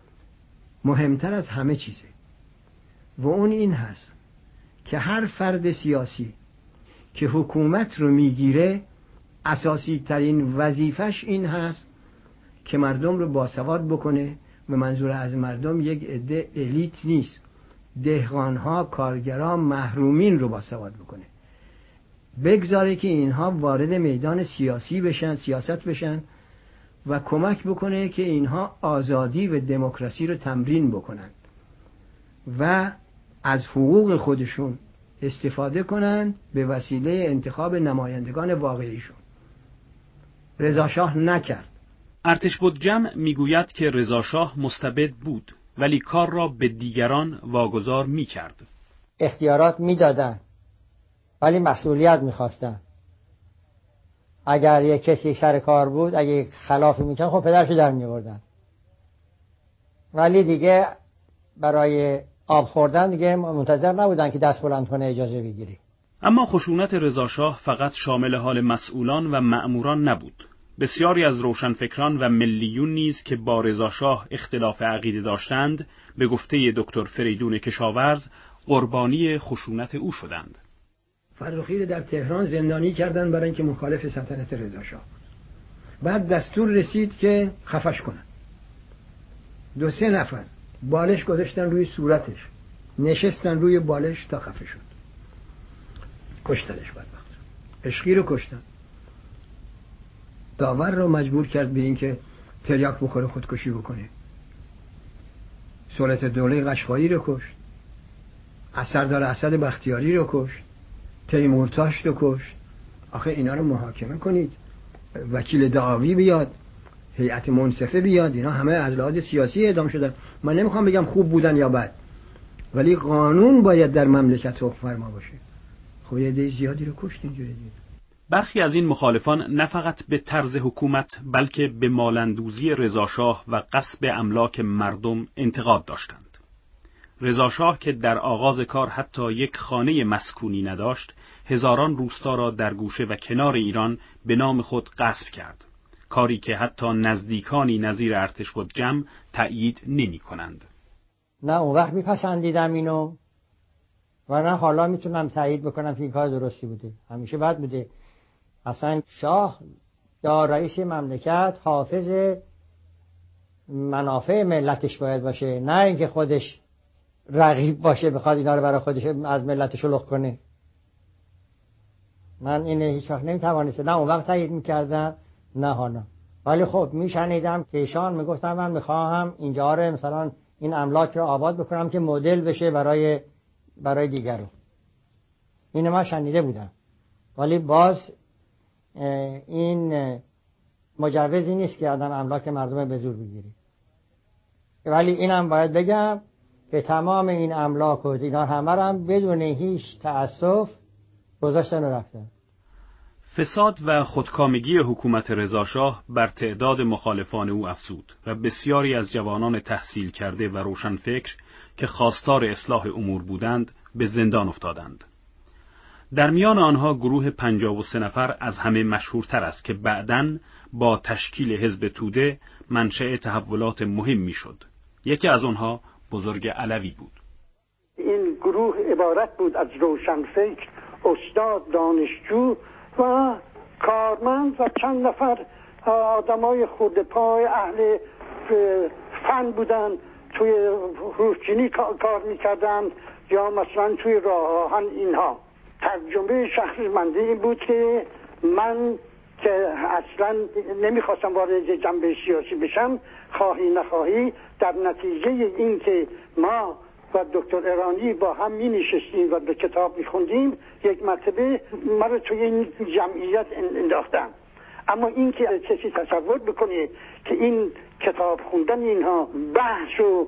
مهمتر از همه چیزه و اون این هست که هر فرد سیاسی که حکومت رو میگیره اساسی ترین وظیفش این هست که مردم رو باسواد بکنه و منظور از مردم یک عده الیت نیست، دهقانها، کارگران، محرومین رو باسواد بکنه، بگذاره که اینها وارد میدان سیاسی بشن، سیاست بشن و کمک بکنه که اینها آزادی و دموکراسی رو تمرین بکنن و از حقوق خودشون استفاده کنن به وسیله انتخاب نمایندگان واقعیشون. رضاشاه نکرد. ارتشبدجم میگوید که رضاشاه مستبد بود ولی کار را به دیگران واگذار میکرد. اختیارات میدادن ولی مسئولیت میخواستن. اگر یک کسی سر کار بود، اگه یک خلافی میکرد، خب پدرشو در میوردن، ولی دیگه برای آب خوردن دیگه منتظر نبودن که دست بلند کنه اجازه بگیری. اما خشونت رضاشاه فقط شامل حال مسئولان و مأموران نبود، بسیاری از روشنفکران و ملیون نیز که با رضاشاه اختلاف عقیده داشتند به گفته دکتر فریدون کشاورز قربانی خشونت او شدند. فرخی در تهران زندانی کردن برای اینکه مخالف سلطنت رضاشاه بود. بعد دستور رسید که خفش کنن. دو سه نفر بالش گذاشتن روی صورتش، نشستن روی بالش تا خفه شد. کشتنش بدبخت. عشقی رو کشتن. داور رو مجبور کرد به این که تریاک بخوره خودکشی بکنه. سلطه دوله قشقایی رو کشت. سردار اسد بختیاری رو کشت. تیمورتاش رو کشت. آخه اینا رو محاکمه کنید، وکیل دعاوی بیاد، هیئت منصفه بیاد، اینا همه از لحاظ سیاسی اعدام شدن. من نمیخوام بگم خوب بودن یا بد، ولی قانون باید در مملکت حکم فرما باشه. خب یه عده زیادی رو کشت اینجوری دید. برخی از این مخالفان نه فقط به طرز حکومت بلکه به مالندوزی رضاشاه و غصب املاک مردم انتقاد داشتند. رضاشاه که در آغاز کار حتی یک خانه مسکونی نداشت، هزاران روستا را در گوشه و کنار ایران به نام خود غصب کرد، کاری که حتی نزدیکانی نظیر ارتشبدجم تأیید نمی کنند. نه اون وقت میپسندیدم اینو و نه حالا میتونم تأیید بکنم که این کار درستی بوده. همیشه بد بوده. اصلا شاه یا رئیس مملکت حافظ منافع ملتش باید باشه، نه اینکه خودش رقیب باشه بخواد اینا رو برای خودش از ملتش لخ کنه. من اینه هیچ وقت نمیتوانستم، نه اون وقت تایید میکردم نه حالا. ولی خب میشنیدم که ایشان میگفتن من میخواهم اینجا رو مثلا این املاک رو آباد بکنم که مدل بشه برای برای دیگران. اینو من شنیده بودم، ولی باز این مجوزی نیست که آدم املاک مردم به زور بگیری. ولی اینم باید بگم که تمام این املاک و اینا همه هم بدون هیچ تأسف گذاشتن و رفتن. فساد و خودکامگی حکومت رضاشاه بر تعداد مخالفان او افزود و بسیاری از جوانان تحصیل کرده و روشنفکر که خواستار اصلاح امور بودند به زندان افتادند. در میان آنها گروه پنجاه و سه نفر از همه مشهورتر است که بعداً با تشکیل حزب توده منشأ تحولات مهمی شد. یکی از آنها بزرگ علوی بود. این گروه عبارت بود از روشنفکر، استاد، دانشجو و کارمند و چند نفر آدمای خرده پای اهل فن بودن، توی روزچینی کار میکردن یا مثلا توی راه آهن. اینها ترجمه شخصمندی این بود که من که اصلا نمیخواستم وارد جنبه سیاسی بشم، خواهی نخواهی در نتیجه این که ما و دکتر ایرانی با هم می نشستیم و به کتاب می خوندیم، یک مرتبه ما رو توی این جمعیت انداختن. اما این که کسی تصور بکنه که این کتاب خوندن اینها بحث و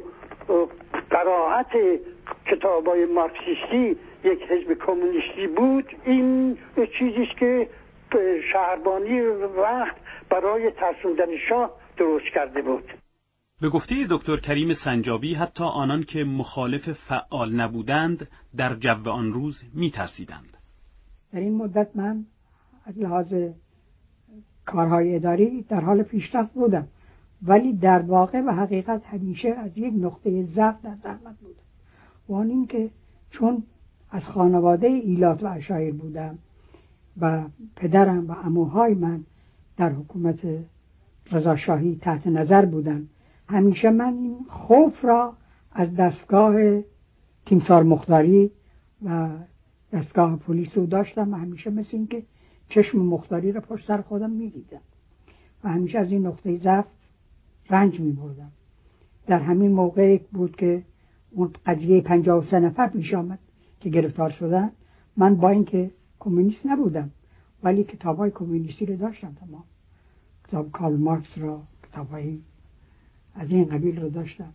قرائت کتابای مارکسیستی یک حزب کمونیستی بود، این چیزیست که شهربانی وقت برای ترسوندن شاه درست کرده بود. به گفته دکتر کریم سنجابی حتی آنان که مخالف فعال نبودند در جو آن روز می‌ترسیدند. در این مدت من از لحاظ کارهای اداری در حال پیشرفت بودم، ولی در واقع و حقیقت همیشه از یک نقطه ضعف در زحمت بودم. و آن این که چون از خانواده ایلات و عشایر بودم و پدرم و عموهای من در حکومت رضاشاهی تحت نظر بودن، همیشه من این خوف را از دستگاه تیمسار مختاری و دستگاه پلیس رو داشتم و همیشه مثل این که چشم مختاری را پشت سر خودم می‌دیدم و همیشه از این نقطه ضعف رنج می‌بردم. در همین موقع بود که اون قضیه پنجاه و سه نفر پیش آمد که گرفتار شدن. من با اینکه کمونیست نبودم ولی کتاب‌های کمونیستی رو داشتم، تمام کتاب کارل مارکس را، کتاب‌های از این قبیل رو داشتم.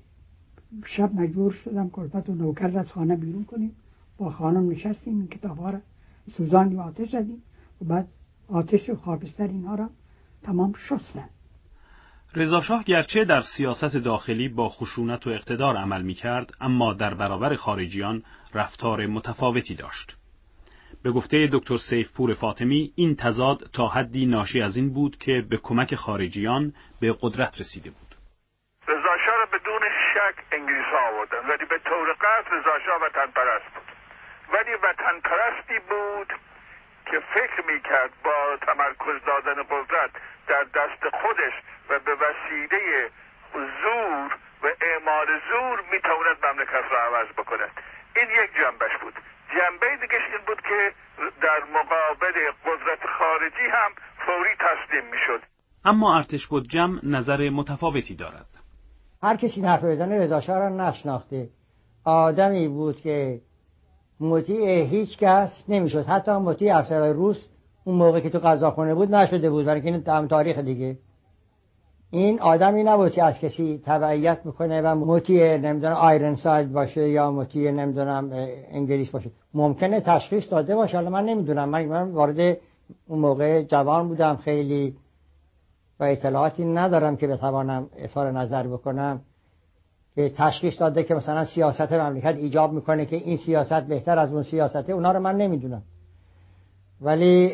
شب مجبور شدم کلفت و نوکر از خانه بیرون کنیم، با خانم نشستیم این کتاب‌ها را سوزانیم و آتش زدیم و بعد آتش و خاکستر اینها را تمام شستن. رضاشاه گرچه در سیاست داخلی با خشونت و اقتدار عمل می‌کرد، اما در برابر خارجیان رفتار متفاوتی داشت. به گفته دکتر سیفپور فاطمی این تضاد تا حدی ناشی از این بود که به کمک خارجیان به قدرت رسیده بود. رضا شاه را بدون شک انگلیس ها آوردن، ولی به طور قطع رضا شاه وطن پرست بود، ولی وطن پرستی بود که فکر میکرد با تمرکز دادن قدرت در دست خودش و به وسیله زور و اعمال زور میتواند مملکت را عوض بکند. این یک جنبش بود. جنبه دیگهش این بود که در مقابل قدرت خارجی هم فوری تسلیم میشد. اما ارتشبدجم نظر متفاوتی دارد. هر کسی حرف بزنه رضا شاه را نشناخته. آدمی بود که مطیع هیچ کس نمیشد، حتی مطیع افسرهای روس اون موقع که تو قزاقخونه بود نشده بود، برای اینکه این تاریخ دیگه. این آدمی نبود که از کسی تبعیت میکنه و مطیع نمیدونم آیرن ساید باشه یا مطیع نمیدونم انگلیس باشه. ممکنه تشخیص داده باشه، حالا من نمیدونم، من من وارد اون موقع جوان بودم خیلی و اطلاعاتی ندارم که بتوانم اظهار نظر بکنم که تشخیص داده که مثلا سیاست مملکت ایجاب میکنه که این سیاست بهتر از اون سیاسته، اونا رو من نمیدونم. ولی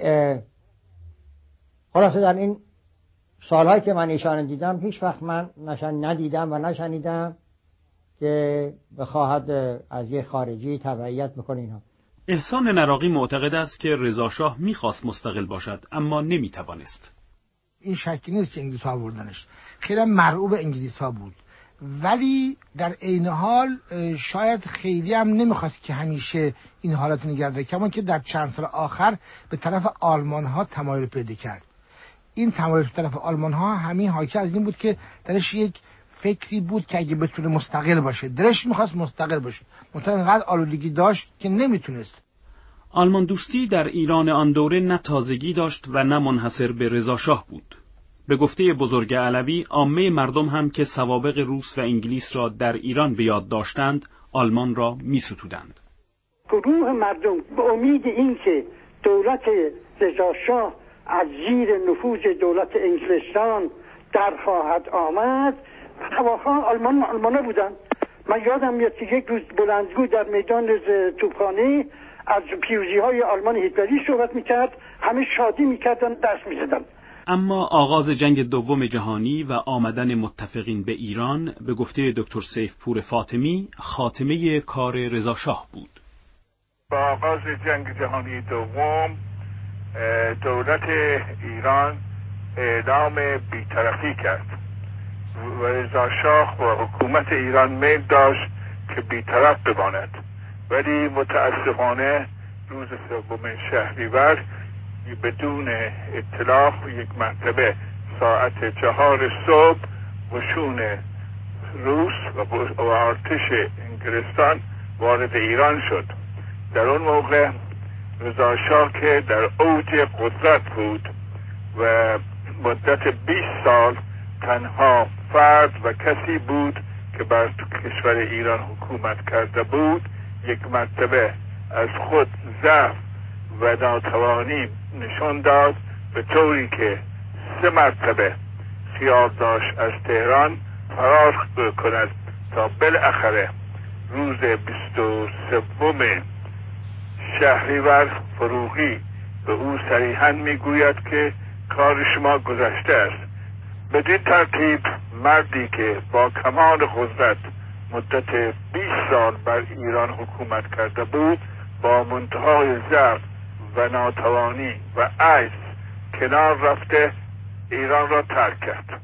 خلاصه در این سالهایی که من ایشان دیدم هیچ وقت من نشان ندیدم و نشنیدم که بخواهد از یه خارجی تبعیت بکنه اینا. احسان نراقی معتقد است که رضا شاه میخواست مستقل باشد اما نمیتوانست. این شکی نیست که انگلیس ها آوردنش، خیلی مرعوب انگلیس ها بود، ولی در عین حال شاید خیلی هم نمیخواست که همیشه این حالت نگرده، کما که در چند سال آخر به طرف آلمان ها تمایل پیدا کرد. این تمایل به طرف آلمان ها همین حاکی از این بود که درش یک فکری بود که اگه بتونه مستقل باشه، درش میخواست مستقل باشه، منتها اینقدر آلودگی داشت که نمیتونست. آلمان دوستی در ایران آن دوره نه تازگی داشت و نه منحصر به رضا شاه بود. به گفته بزرگ علوی عامه مردم هم که سوابق روس و انگلیس را در ایران به یاد داشتند آلمان را می‌ستودند. گروه مردم به امید اینکه دولت رضا شاه از زیر نفوذ دولت انگلستان در خواهد آمد هواخواه آلمان آلمانه بودن. من یادم میاد که یک روز بلندگو در میدان توپخانه از پیروزی های آلمان هیتلری صحبت میکرد، همه شادی میکردن، دست میزدن. اما آغاز جنگ دوم جهانی و آمدن متفقین به ایران به گفته دکتر سیفپور فاطمی خاتمه کار رضا شاه بود. با آغاز جنگ جهانی دوم دولت ایران اعلام بی‌طرفی کرد و رضا شاه و حکومت ایران میل داشت که بی‌طرف بماند، ولی متاسفانه روز سوم شهریور بدون اطلاع یک مرتبه ساعت چهار صبح قشون روس و ارتش انگلستان وارد ایران شد. در اون موقع رضا شاه که در اوج قدرت بود و مدت بیست سال تنها فرد و کسی بود که بر کشور ایران حکومت کرده بود، یک مرتبه از خود ضعف و ناتوانی نشان داد، به طوری که سه مرتبه خیال داشت از تهران فرار کند تا بالاخره روز بیست و سوم شهریور فروغی به او صریحاً میگوید که کار شما گذشته است. بدین ترتیب مردی که با کمال قدرت مدت بیست سال بر ایران حکومت کرده بود با منتهای ضعف و ناتوانی و عجز کنار رفته ایران را ترک کرد.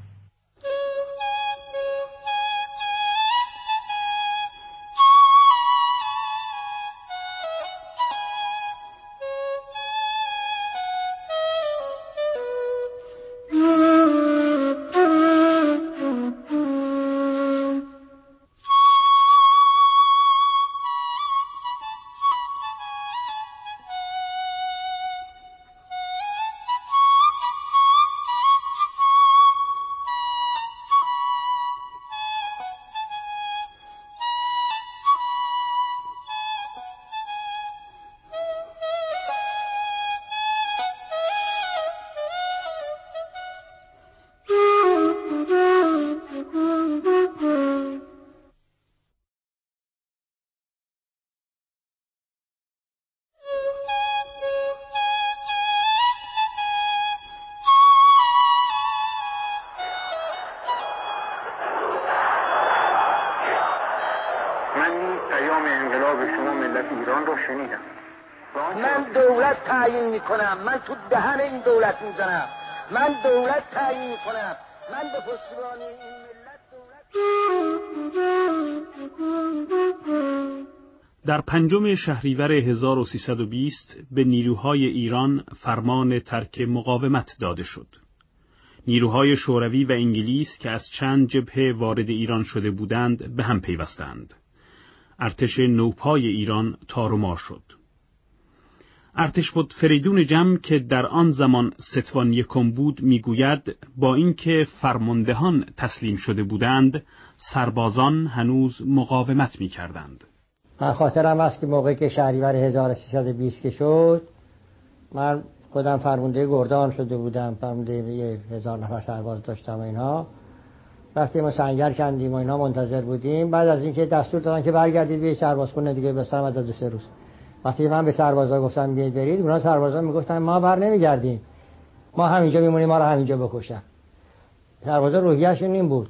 من نیز پیام انقلاب شما ملت ایران را شنیدم. من دولت تعیین میکنم، من تو دهن این دولت میزنم، من دولت تعیین میکنم، من به پشتیبان این ملت دولت. در پنجم شهریور هزار و سیصد و بیست به نیروهای ایران فرمان ترک مقاومت داده شد. نیروهای شوروی و انگلیس که از چند جبهه وارد ایران شده بودند به هم پیوستند. ارتش نوپای ایران تار و مار شد. ارتشبد فریدون جم که در آن زمان ستوان یکم بود میگوید با اینکه فرماندهان تسلیم شده بودند، سربازان هنوز مقاومت میکردند. من خاطرم است که موقعی که شهریور هزار و سیصد و بیست که شد، من خودم فرمانده گردان شده بودم، فرمانده یه هزار نفر سرباز داشتم و اینها. رفتیم و سنگر کندیم و اینها منتظر بودیم. بعد از اینکه دستور دادن که برگردید به سربازخونه دیگه، بسرم از دو سه روز. وقتی من به سربازا گفتم بیاید برید، اونا سربازا میگفتن ما بر نمیگردیم، ما همینجا میمونیم، ما رو همینجا بکشن. سربازا روحیه‌شون این بود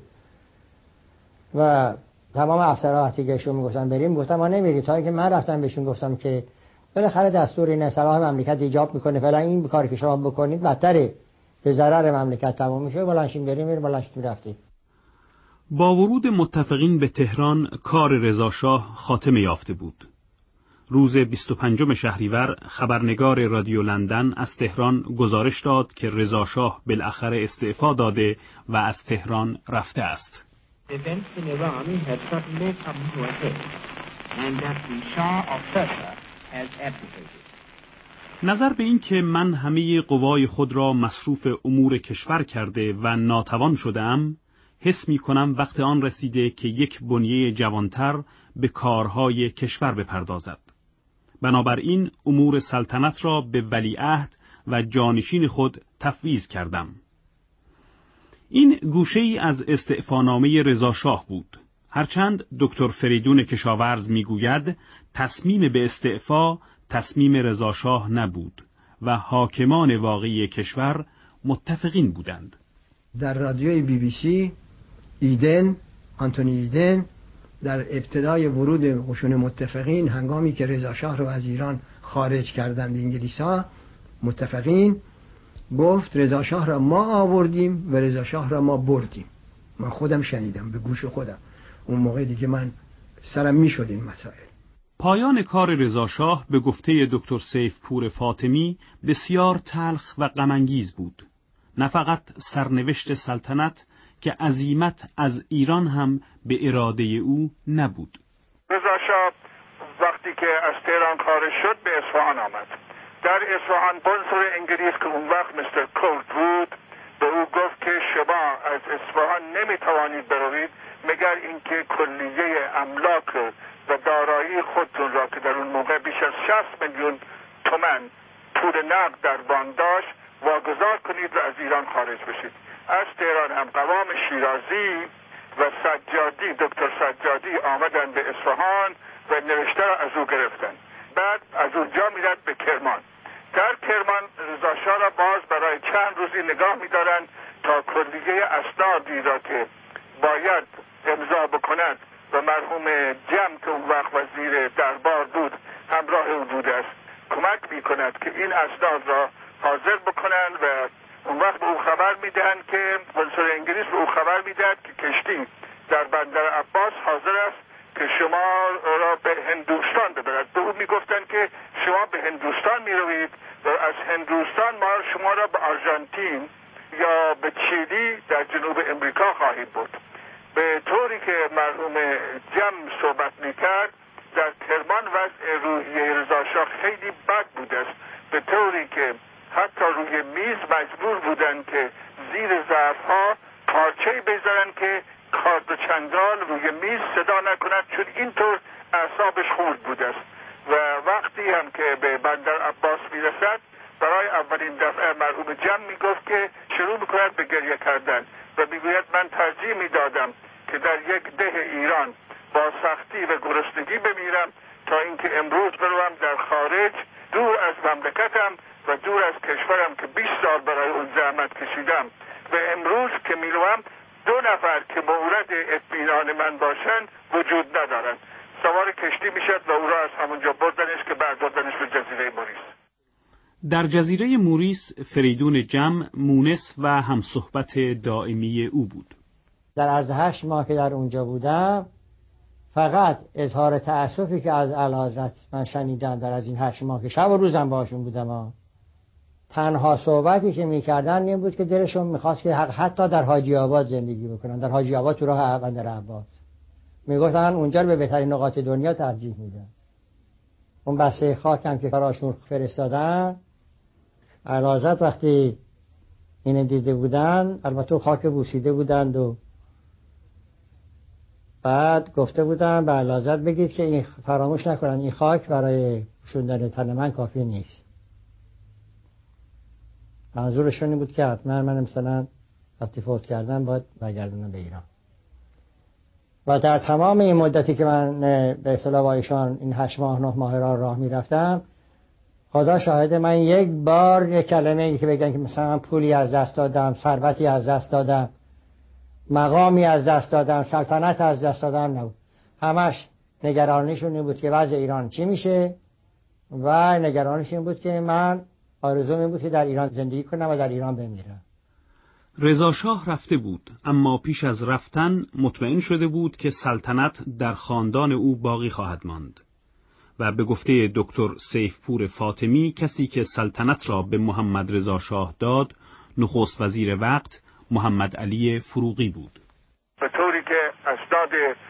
و تمام افسرها وقتی بهشون میگفتن بریم، گفتم ما نمیریم، تا اینکه من رفتم بهشون گفتم که بالاخره دستور اینه، صلاح مملکت ایجاب میکنه، فعلا این کاری که شما بکنید بدتره، به ضرر مملکت تمام میشه، بلنشین بریم بریم بلنشین رفتیم. با ورود متفقین به تهران کار رضا شاه خاتمه یافته بود. روز بیست و پنجم شهریور خبرنگار رادیو لندن از تهران گزارش داد که رضا شاه بالاخره استعفا داده و از تهران رفته است. Events in Iran have suddenly come to a head, and that the Shah of Persia has abdicated. نظر به این که من همه قوای خود را مصروف امور کشور کرده و ناتوان شدم، حس می کنم وقت آن رسیده که یک بنیه جوانتر به کارهای کشور بپردازد. بنابراین امور سلطنت را به ولیعهد و جانشین خود تفویض کردم. این گوشه ای از استعفانامه رضا شاه بود. هرچند دکتر فریدون کشاورز میگوید تصمیم به استعفا تصمیم رضا شاه نبود و حاکمان واقعی کشور متفقین بودند. در رادیوی بی بی سی ایدن، آنتونی ایدن در ابتدای ورود قشون متفقین، هنگامی که رضا شاه رو از ایران خارج کردند انگلیس‌ها، متفقین گفت رضا شاه را ما آوردیم و رضا شاه را ما بردیم. من خودم شنیدم به گوش خودم، اون موقع دیگه من سرم میشد این مسائل. پایان کار رضا شاه به گفته دکتر سیفپور فاطمی بسیار تلخ و غم‌انگیز بود. نه فقط سرنوشت سلطنت که عزیمت از ایران هم به اراده او نبود. رضا شاه وقتی که از تهران خارج شد به اصفهان آمد. در اصفهان قنصل انگلیس که اون وقت مستر کولت بود به او گفت که شما از اصفهان نمیتوانید بروید مگر اینکه کلیه املاک و دارایی خودتون را که در اون موقع بیش از شصت میلیون تومان پول نقد در بانک داشت واگذار کنید و از ایران خارج بشید. از تهران هم قوام شیرازی و سجادی، دکتر سجادی آمدن به اصفهان و نوشته را از او گرفتن. بعد از اونجا میرد به کرمان. در کرمان رضا شاه را باز برای چند روزی نگاه می‌دارند تا کلیه اسنادی را که باید امضا بکند و مرحوم جم که اون وقت وزیر دربار بود همراه او بوده است کمک می‌کند که این اسناد را حاضر بکنند و اون وقت به او خبر میدهند که قنصل انگلیس به او خبر میدهد که کشتی در بندر عباس حاضر است که شما را به هندوستان ببرد. به او میگفتند که شما به هندوستان میروید و از هندوستان ما شما را به آرژانتین یا به چیلی در جنوب امریکا خواهید برد. به طوری که مرحوم جم صحبت میکرد در کرمان وضع روحیه رضا شاه خیلی بد بوده است، به طوری که حتی روی میز مجبور بودن که زیر ظرفها پارچه‌ای بذارن که کارد و چنگال روی میز صدا نکند، چون اینطور اعصابش خورد بوده است. و وقتی هم که به بندر عباس میرسد برای اولین دفعه مرحوم جم میگفت که شروع میکند به گریه کردن و میگوید من ترجیح میدادم که در یک ده ایران با سختی و گرسنگی بمیرم تا اینکه امروز بروم در خارج دور از مملکتم و دور از کشورم که بیست سال برای اون زحمت کشیدم و امروز که میروم دو نفر که مورد اطمینان من باشند وجود ندارند. سوار کشتی میشد و او را از همونجا بردنش که برداردنش به جزیره موریس. در جزیره موریس فریدون جم مونس و همصحبت دائمی او بود. در عرض هشت ماه که در اونجا بودم فقط اظهار تأسفی که از اعلیحضرت من شنیدم در از این هشت ماه که شب و روزم باشون بودم ها. تنها صحبتی که میکردن این بود که دلشون میخواست که حتی در حاجی آباد زندگی بکنن، در حاجی آباد تو راه بندر عباس. میگفتن اونجا رو به بهترین نقاط دنیا ترجیح میدن. اون بسته خاک هم که براشون فرستادن اعلیحضرت وقتی اینو دیده بودن، البته خاک بوسیده بودند و بعد گفته بودن به اعلیحضرت بگید که این فراموش نکنن این خاک برای پوشوندن تن من کافی نیست. منظورشون این بود که حتما من مثلا وقتی فوت کردم باید برگردونم به ایران. و در تمام این مدتی که من به اصطلاح با ایشان این هشت ماه نه ماه را راه میرفتم، خدا شاهد من یک بار یک کلمه ای که بگن که مثلا پولی از دست دادم، ثروتی از دست دادم، مقامی از دست دادم، سلطنت از دست دادم نبود. همش نگرانیشون این بود که وضع ایران چی میشه و نگرانیش این بود که من آرزوم این بود که در ایران زندگی کنم و در ایران بمیرم. رضا شاه رفته بود، اما پیش از رفتن مطمئن شده بود که سلطنت در خاندان او باقی خواهد ماند و به گفته دکتر سیفپور فاطمی کسی که سلطنت را به محمد رضا شاه داد نخست وزیر وقت محمد علی فروغی بود. به طوری که اسناد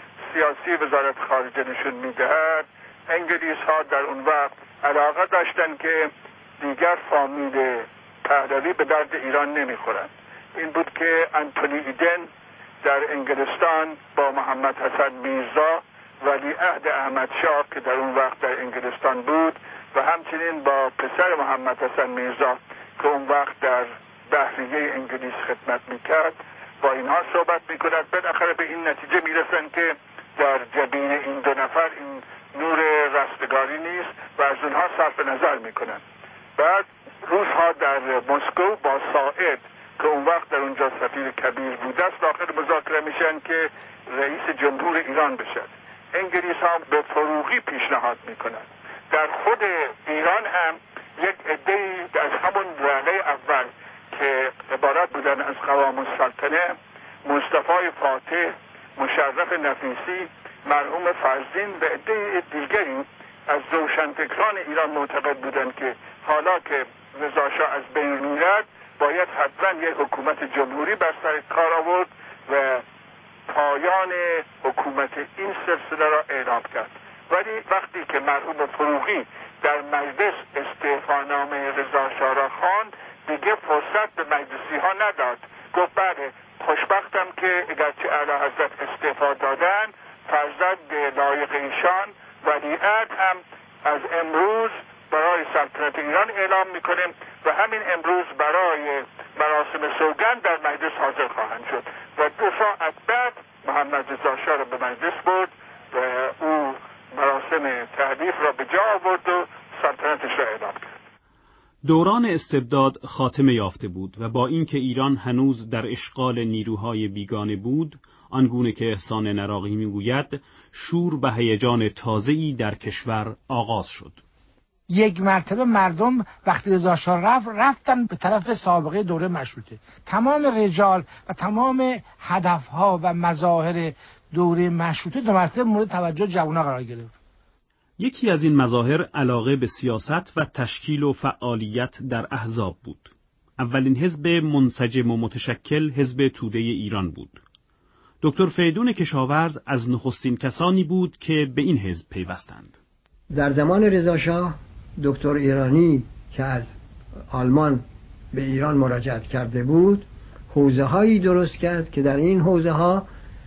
سیاسی وزارت خارجه نشون میدهد انگلیس ها در اون وقت علاقه داشتن که دیگر فامیل پهلوی به درد ایران نمیخورند. این بود که انتونی ایدن در انگلستان با محمد حسن میرزا ولیعهد احمد شاه که در اون وقت در انگلستان بود و همچنین با پسر محمد حسن میرزا که اون وقت در بحریه انگلیس خدمت میکرد با اینها صحبت میکند. بالاخره به این نتیجه میرسن که در جبین این دو نفر این نور رستگاری نیست و از اونها صرف نظر میکنن. بعد روزها در مسکو با ساعد که اون وقت در اونجا سفیر کبیر بوده است داخل مذاکره میشن که رئیس جمهور ایران بشد. انگلیس ها به فروغی پیشنهاد میکنن. در خود ایران هم یک عده‌ای از همون وهله اول که عبارت بودن از قوام السلطنه، مصطفی فاتح، مشرف نفیسی، مرحوم فرزین و عده دیگری از روشنفکران ایران معتقد بودند که حالا که رضا شاه از بین میرد باید حتما یک حکومت جمهوری بر سر کار آورد و پایان حکومت این سلسله را اعلام کرد. ولی وقتی که مرحوم فروغی در مجلس استعفانامه رضا شاه را خواند دیگه فرصت به مجلسی ها نداد. گفت بله خوشبختم که اگرچه اعلیحضرت استعفا دادن فرزند لایق ایشان ولیعهد هم از امروز برای سلطنت ایران اعلام میکنیم و همین امروز برای مراسم سوگند در مجلس حاضر خواهند شد و دو ساعت بعد محمد رضا شاه را به مجلس برد و او مراسم تحلیف را به جا آورد و سلطنتش را اعلام کرد. دوران استبداد خاتمه یافته بود و با اینکه ایران هنوز در اشغال نیروهای بیگانه بود، آنگونه که احسان نراقی میگوید شور و هیجان تازه‌ای در کشور آغاز شد. یک مرتبه مردم وقتی رضا شاه رفت رفتن به طرف سابقه دوره مشروطه. تمام رجال و تمام هدفها و مظاهر دوره مشروطه دو مرتبه مورد توجه جوانان قرار گرفت. یکی از این مظاهر علاقه به سیاست و تشکیل و فعالیت در احزاب بود. اولین حزب منسجم و متشکل حزب توده ایران بود. دکتر فریدون کشاورز از نخستین کسانی بود که به این حزب پیوستند. در زمان رضا شاه دکتر ایرانی که از آلمان به ایران مراجعت کرده بود حوزه هایی درست کرد که در این حوزه ها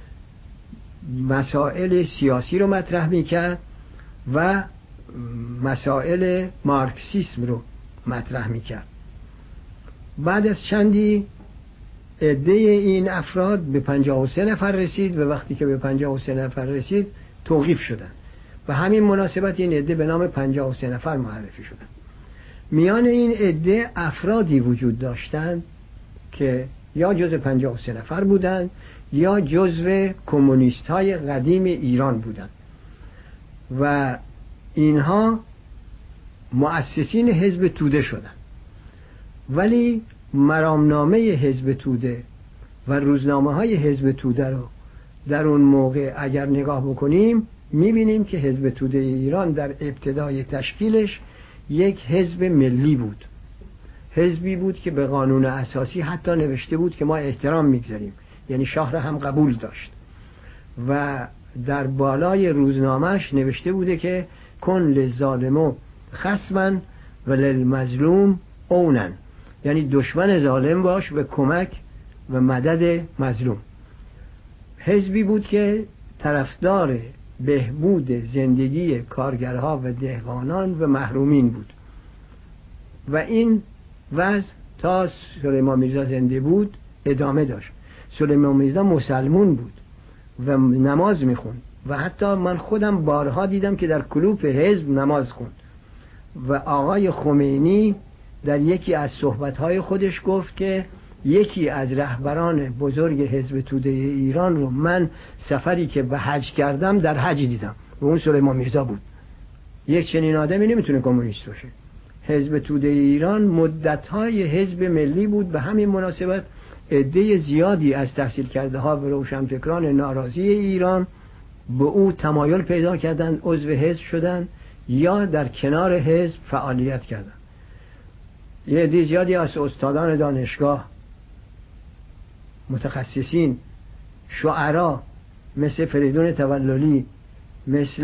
مسائل سیاسی رو مطرح می کرد و مسائل مارکسیسم رو مطرح می کرد. بعد از چندی عده این افراد به پنجاه و سه نفر رسید و وقتی که به پنجاه و سه نفر رسید توقیف شدن و همین مناسبت این عده به نام پنجاه و سه نفر معرفی شدن. میان این عده افرادی وجود داشتند که یا جزو پنجاه و سه نفر بودند یا جزو کمونیست های قدیم ایران بودند و اینها مؤسسین حزب توده شدن. ولی مرامنامه حزب توده و روزنامه های حزب توده رو در اون موقع اگر نگاه بکنیم میبینیم که حزب توده ایران در ابتدای تشکیلش یک حزب ملی بود، حزبی بود که به قانون اساسی حتی نوشته بود که ما احترام میگذاریم، یعنی شاه را هم قبول داشت و در بالای روزنامهش نوشته بوده که کن للظالم خصما و للمظلوم اونن، یعنی دشمن ظالم باش و کمک و مدد مظلوم. حزبی بود که طرفدار بهبود زندگی کارگرها و دهقانان و محرومین بود و این وضع تا سلیمان میرزا زنده بود ادامه داشت. سلیمان میرزا مسلمون بود و نماز میخوند و حتی من خودم بارها دیدم که در کلوپ حزب نماز خوند و آقای خمینی در یکی از صحبتهای خودش گفت که یکی از رهبران بزرگ حزب توده ایران رو من سفری که به حج کردم در حج دیدم و اون سلیمان میرزا بود. یک چنین آدمی نمیتونه کمونیست باشه. حزب توده ایران مدت‌های حزب ملی بود، به همین مناسبت عده زیادی از تحصیل کرده ها و روشنفکران ناراضی ایران به او تمایل پیدا کردن، عضو حزب شدن یا در کنار حزب فعالیت کردن. یه عده زیادی از استادان دانشگاه، متخصصین، شعرا مثل فریدون توللی، مثل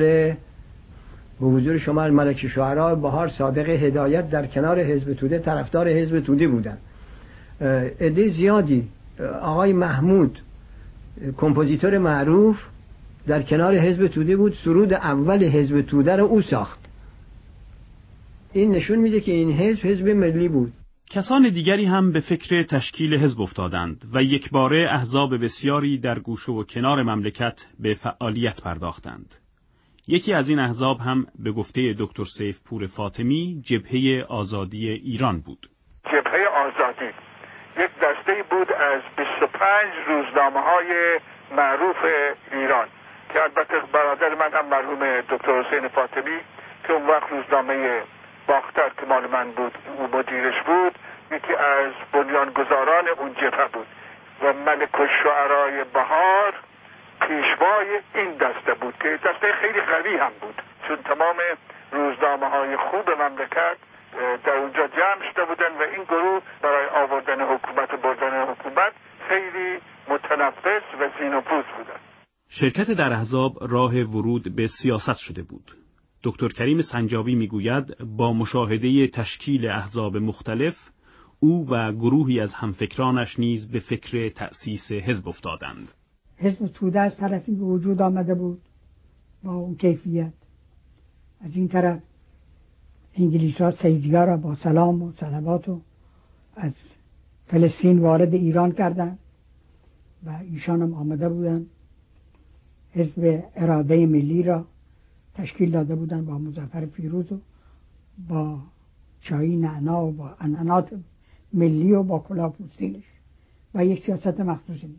به حضور شما ملک شعرا بهار صادق هدایت در کنار حزب توده طرفدار حزب توده بودن. عده زیادی، آقای محمود کمپوزیتور معروف در کنار حزب توده بود، سرود اول حزب توده رو او ساخت. این نشون میده که این حزب حزب ملی بود. کسان دیگری هم به فکر تشکیل حزب افتادند و یکباره احزاب بسیاری در گوشه و کنار مملکت به فعالیت پرداختند. یکی از این احزاب هم به گفته دکتر سیفپور فاطمی جبهه آزادی ایران بود. جبهه آزادی یک دسته بود از بیست و پنج روزنامه‌های معروف ایران که البته برادر من هم مرحوم دکتر حسین فاطمی که اون وقت روزنامه باختر که مال من بود او مدیرش بود، یکی از بنیانگذاران اون جبهه بود و ملک الشعرای بهار پیشوای این دسته بود که دسته خیلی قوی هم بود، چون تمام روزنامه های خوب مملکت در اونجا جمع شده بودن و این گروه برای آوردن حکومت و بردن حکومت خیلی متنفس و زینوپوز بودن. شرکت در احزاب راه ورود به سیاست شده بود. دکتر کریم سنجابی میگوید با مشاهده تشکیل احزاب مختلف او و گروهی از همفکرانش نیز به فکر تأسیس حزب افتادند. حزب توده از طرفی به وجود آمده بود با اون کیفیت، از این طرف انگلیس ها سیدیا را با سلام و صلوات و از فلسطین وارد ایران کردند و ایشان هم آمده بودند حزب اراده ملی را تشکیل داده بودند با مظفر فیروز و با چای نعنا و با عنعنات ملی و با کلاه پوستینش و یک سیاست مخصوصی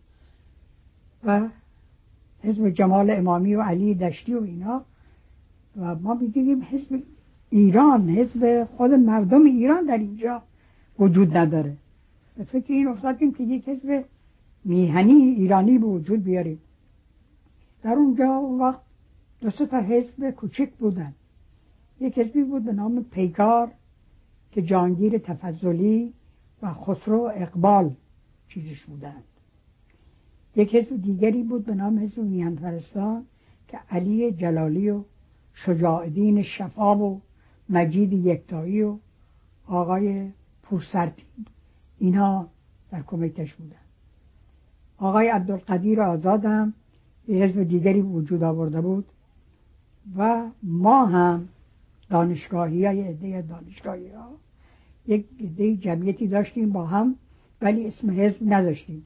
و حزب جمال امامی و علی دشتی و اینا. و ما می‌دیدیم حزب ایران، حزب خود مردم ایران در اینجا وجود نداره. به فکر این افتادیم که یک حزب میهنی ایرانی به وجود بیاریم. در اونجا اون وقت دو سه تا حزب کوچک بودن. یک حزبی بود به نام پیکار که جهانگیر تفضلی و خسرو اقبال چیزش بودند. یک حزب دیگری بود به نام حزب میهن پرستان که علی جلالی و شجاعالدین شفا و مجید یکتایی و آقای پورسرتی اینا در کمیتش بودن. آقای عبدالقدیر آزاد هم یه حزب دیگری وجود آورده بود و ما هم دانشگاهی های عده دانشگاهی ها یک عده جمعیتی داشتیم با هم، ولی اسم حزب نداشتیم.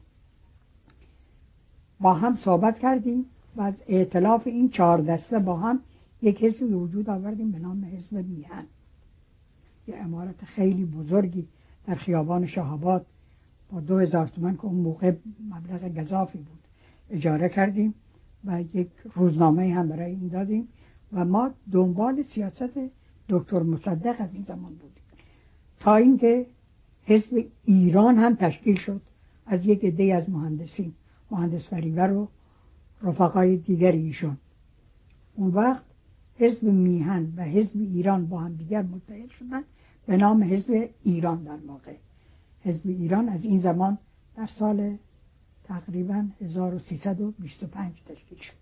با هم صحبت کردیم و از ائتلاف این چهار دسته با هم یک حزب وجود آوردیم به نام حزب میهن. یه عمارت خیلی بزرگی در خیابان شاه‌آباد با دو هزار تومان که اون موقع مبلغ گزافی بود اجاره کردیم و یک روزنامه هم برای این دادیم و ما دنبال سیاست دکتر مصدق از این زمان بودیم تا اینکه حزب ایران هم تشکیل شد از یک عده از مهندسین، مهندس فریور و رفقای دیگری ایشون. اون وقت حزب میهن و حزب ایران با هم دیگر متحد شدن به نام حزب ایران. در موقع حزب ایران از این زمان در سال تقریبا هزار و سیصد و بیست و پنج تشکیل شد.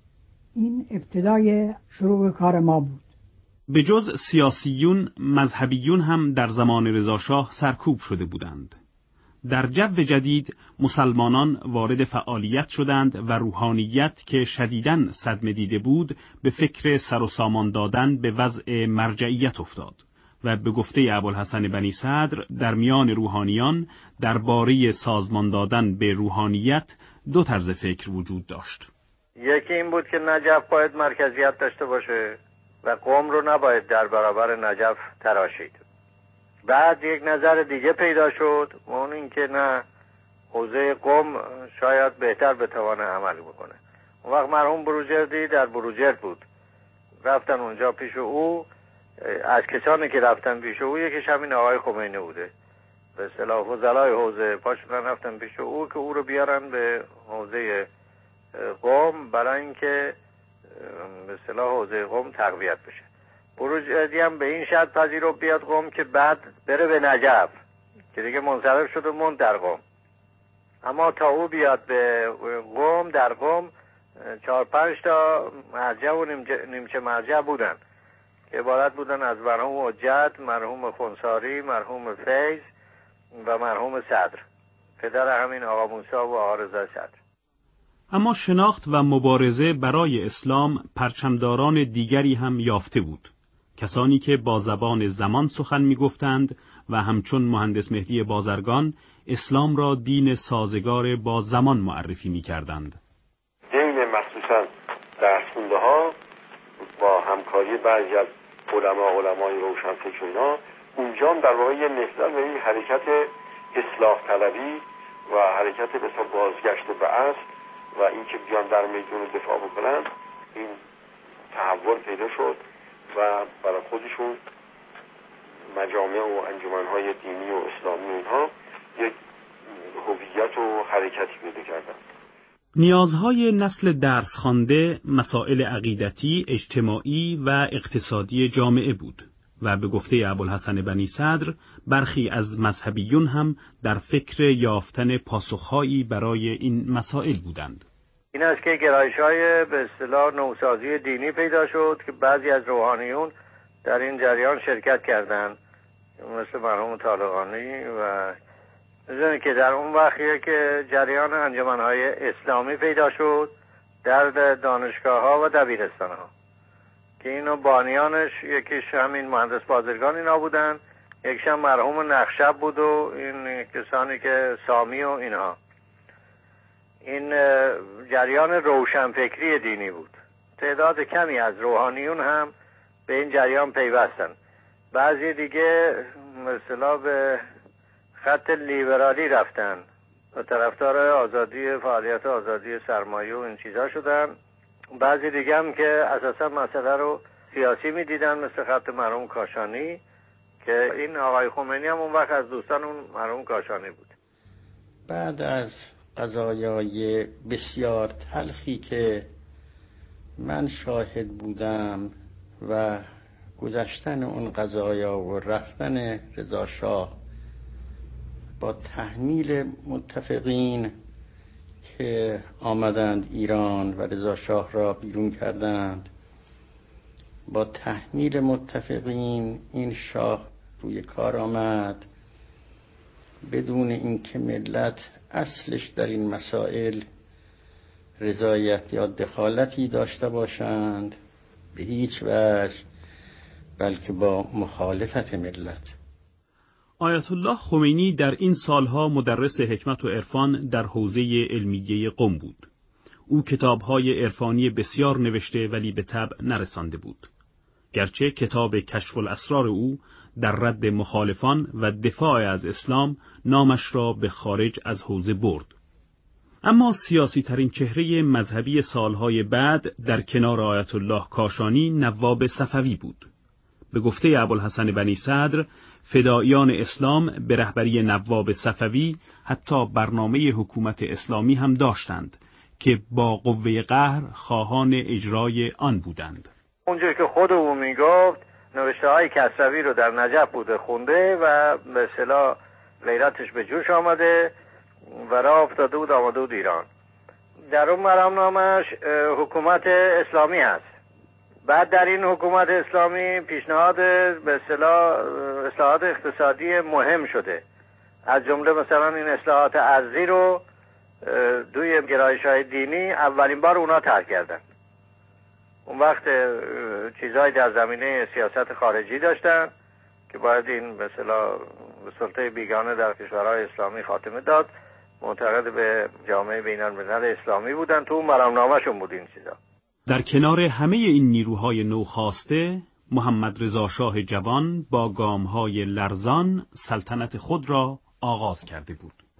این ابتدای شروع کار ما بود. به جز سیاسیون، مذهبیون هم در زمان رضاشاه سرکوب شده بودند. در جو جدید مسلمانان وارد فعالیت شدند و روحانیت که شدیداً صدمه دیده بود به فکر سر و سامان دادن به وضع مرجعیت افتاد و به گفته ابوالحسن بنی صدر در میان روحانیان درباره سازمان دادن به روحانیت دو طرز فکر وجود داشت. یکی این بود که نجف باید مرکزیت داشته باشه و قم رو نباید در برابر نجف تراشید. بعد یک نظر دیگه پیدا شد، اون این که نه، حوزه قم شاید بهتر بتوانه عمل بکنه. اون وقت مرحوم بروجردی در بروجرد بود، رفتن اونجا پیش او. از کسانی که رفتن پیش او یکیش همین آقای خمینی بوده، به اصطلاح فضلای حوزه پاشدن رفتن پیش او که او رو بیارن به حوزه قم برای اینکه به اصطلاح حوزه قم تقویت بشه. بروجردی هم به این شرط پذیرفت بیاد قم که بعد بره به نجف که دیگه منصرف شد و موند در قم. اما تا او بیاد به قم، در قم چهار پنج تا مرجع و نیمچه مرجع بودن که عبارت بودن از مرحوم حجت، مرحوم خنساری، مرحوم فیض و مرحوم صدر، پدر همین آقا موسی و آقا رضا صدر. اما شناخت و مبارزه برای اسلام پرچمداران دیگری هم یافته بود، کسانی که با زبان زمان سخن می گفتند و همچون مهندس مهدی بازرگان اسلام را دین سازگار با زمان معرفی می کردند. دین مخصوصا درسخونده ها با همکاری بعضی از علما علمای روشنفکر اینا اونجا هم در واقع یه نهضت و این حرکت اصلاح طلبی و حرکت به حساب بازگشت به اصل و این که بیان در میدون دفاع بکنن، این تحول پیدا شد و برای خودشون مجامع و انجمنهای دینی و اسلامی اینها یک هویت و حرکتی پیدا کردن. نیازهای نسل درس خوانده مسائل عقیدتی، اجتماعی و اقتصادی جامعه بود و به گفته ابوالحسن بنی صدر برخی از مذهبیون هم در فکر یافتن پاسخهایی برای این مسائل بودند. این است که گرایش‌های به اصطلاح نوسازی دینی پیدا شد که بعضی از روحانیون در این جریان شرکت کردند، مثل مرحوم طالقانی و می‌دونید که در اون وقتیه که جریان انجمن‌های اسلامی پیدا شد در دانشگاه‌ها و دبیرستان‌ها که اینو بانیانش یکیش همین مهندس بازرگان اینا بودن، یکیش هم مرحوم نخشب بود و این کسانی که سامی و اینها. این جریان روشنفکری دینی بود. تعداد کمی از روحانیون هم به این جریان پیوستن. بعضی دیگه مثلا به خط لیبرالی رفتن و طرفدار آزادی فعالیت آزادی سرمایه و این چیزا شدن. بعضی دیگه هم که اساسا مسئله رو سیاسی میدیدن مثل خط مرحوم کاشانی که این آقای خمینی هم اون وقت از دوستان اون مرحوم کاشانی بود. بعد از قضایای بسیار تلخی که من شاهد بودم و گذشتن اون قضایا و رفتن رضا شاه با تحمیل متفقین که آمدند ایران و رضا شاه را بیرون کردند، با تحمیل متفقین این شاه روی کار آمد بدون اینکه ملت اصلش در این مسائل رضایت یا دخالتی داشته باشند به هیچ وجه، بلکه با مخالفت ملت. آیت الله خمینی در این سالها مدرس حکمت و عرفان در حوزه علمیه قم بود. او کتاب‌های عرفانی بسیار نوشته ولی به طبع نرسانده بود. گرچه کتاب کشف الاسرار او در رد مخالفان و دفاع از اسلام نامش را به خارج از حوزه برد. اما سیاسی ترین چهره مذهبی سالهای بعد در کنار آیت الله کاشانی نواب صفوی بود. به گفته ابوالحسن بنی صدر، فداییان اسلام به رهبری نواب صفوی حتی برنامه حکومت اسلامی هم داشتند که با قوه قهر خواهان اجرای آن بودند. اونجور که خود او میگفت نوشته های کسروی رو در نجف بوده خونده و به اصطلاح غیرتش به جوش آمده و راه افتاده بود آمده بود ایران. در اون مرامنامه‌اش حکومت اسلامی هست. بعد در این حکومت اسلامی پیشنهاد به اصطلاح اصلاحات اقتصادی مهم شده، از جمله مثلا این اصلاحات ارضی رو دوی گرایش‌های دینی اولین بار اونا طرح کردن. اون وقت چیزهایی در زمینه سیاست خارجی داشتن که باید این به اصطلاح سلطه بیگانه در کشورهای اسلامی خاتمه داد، معتقد به جامعه بین‌الملل اسلامی بودن. تو اون مرامنامه‌شون بود این چیزا. در کنار همه این نیروهای نوخاسته، محمد رضا شاه جوان با گام‌های لرزان سلطنت خود را آغاز کرده بود.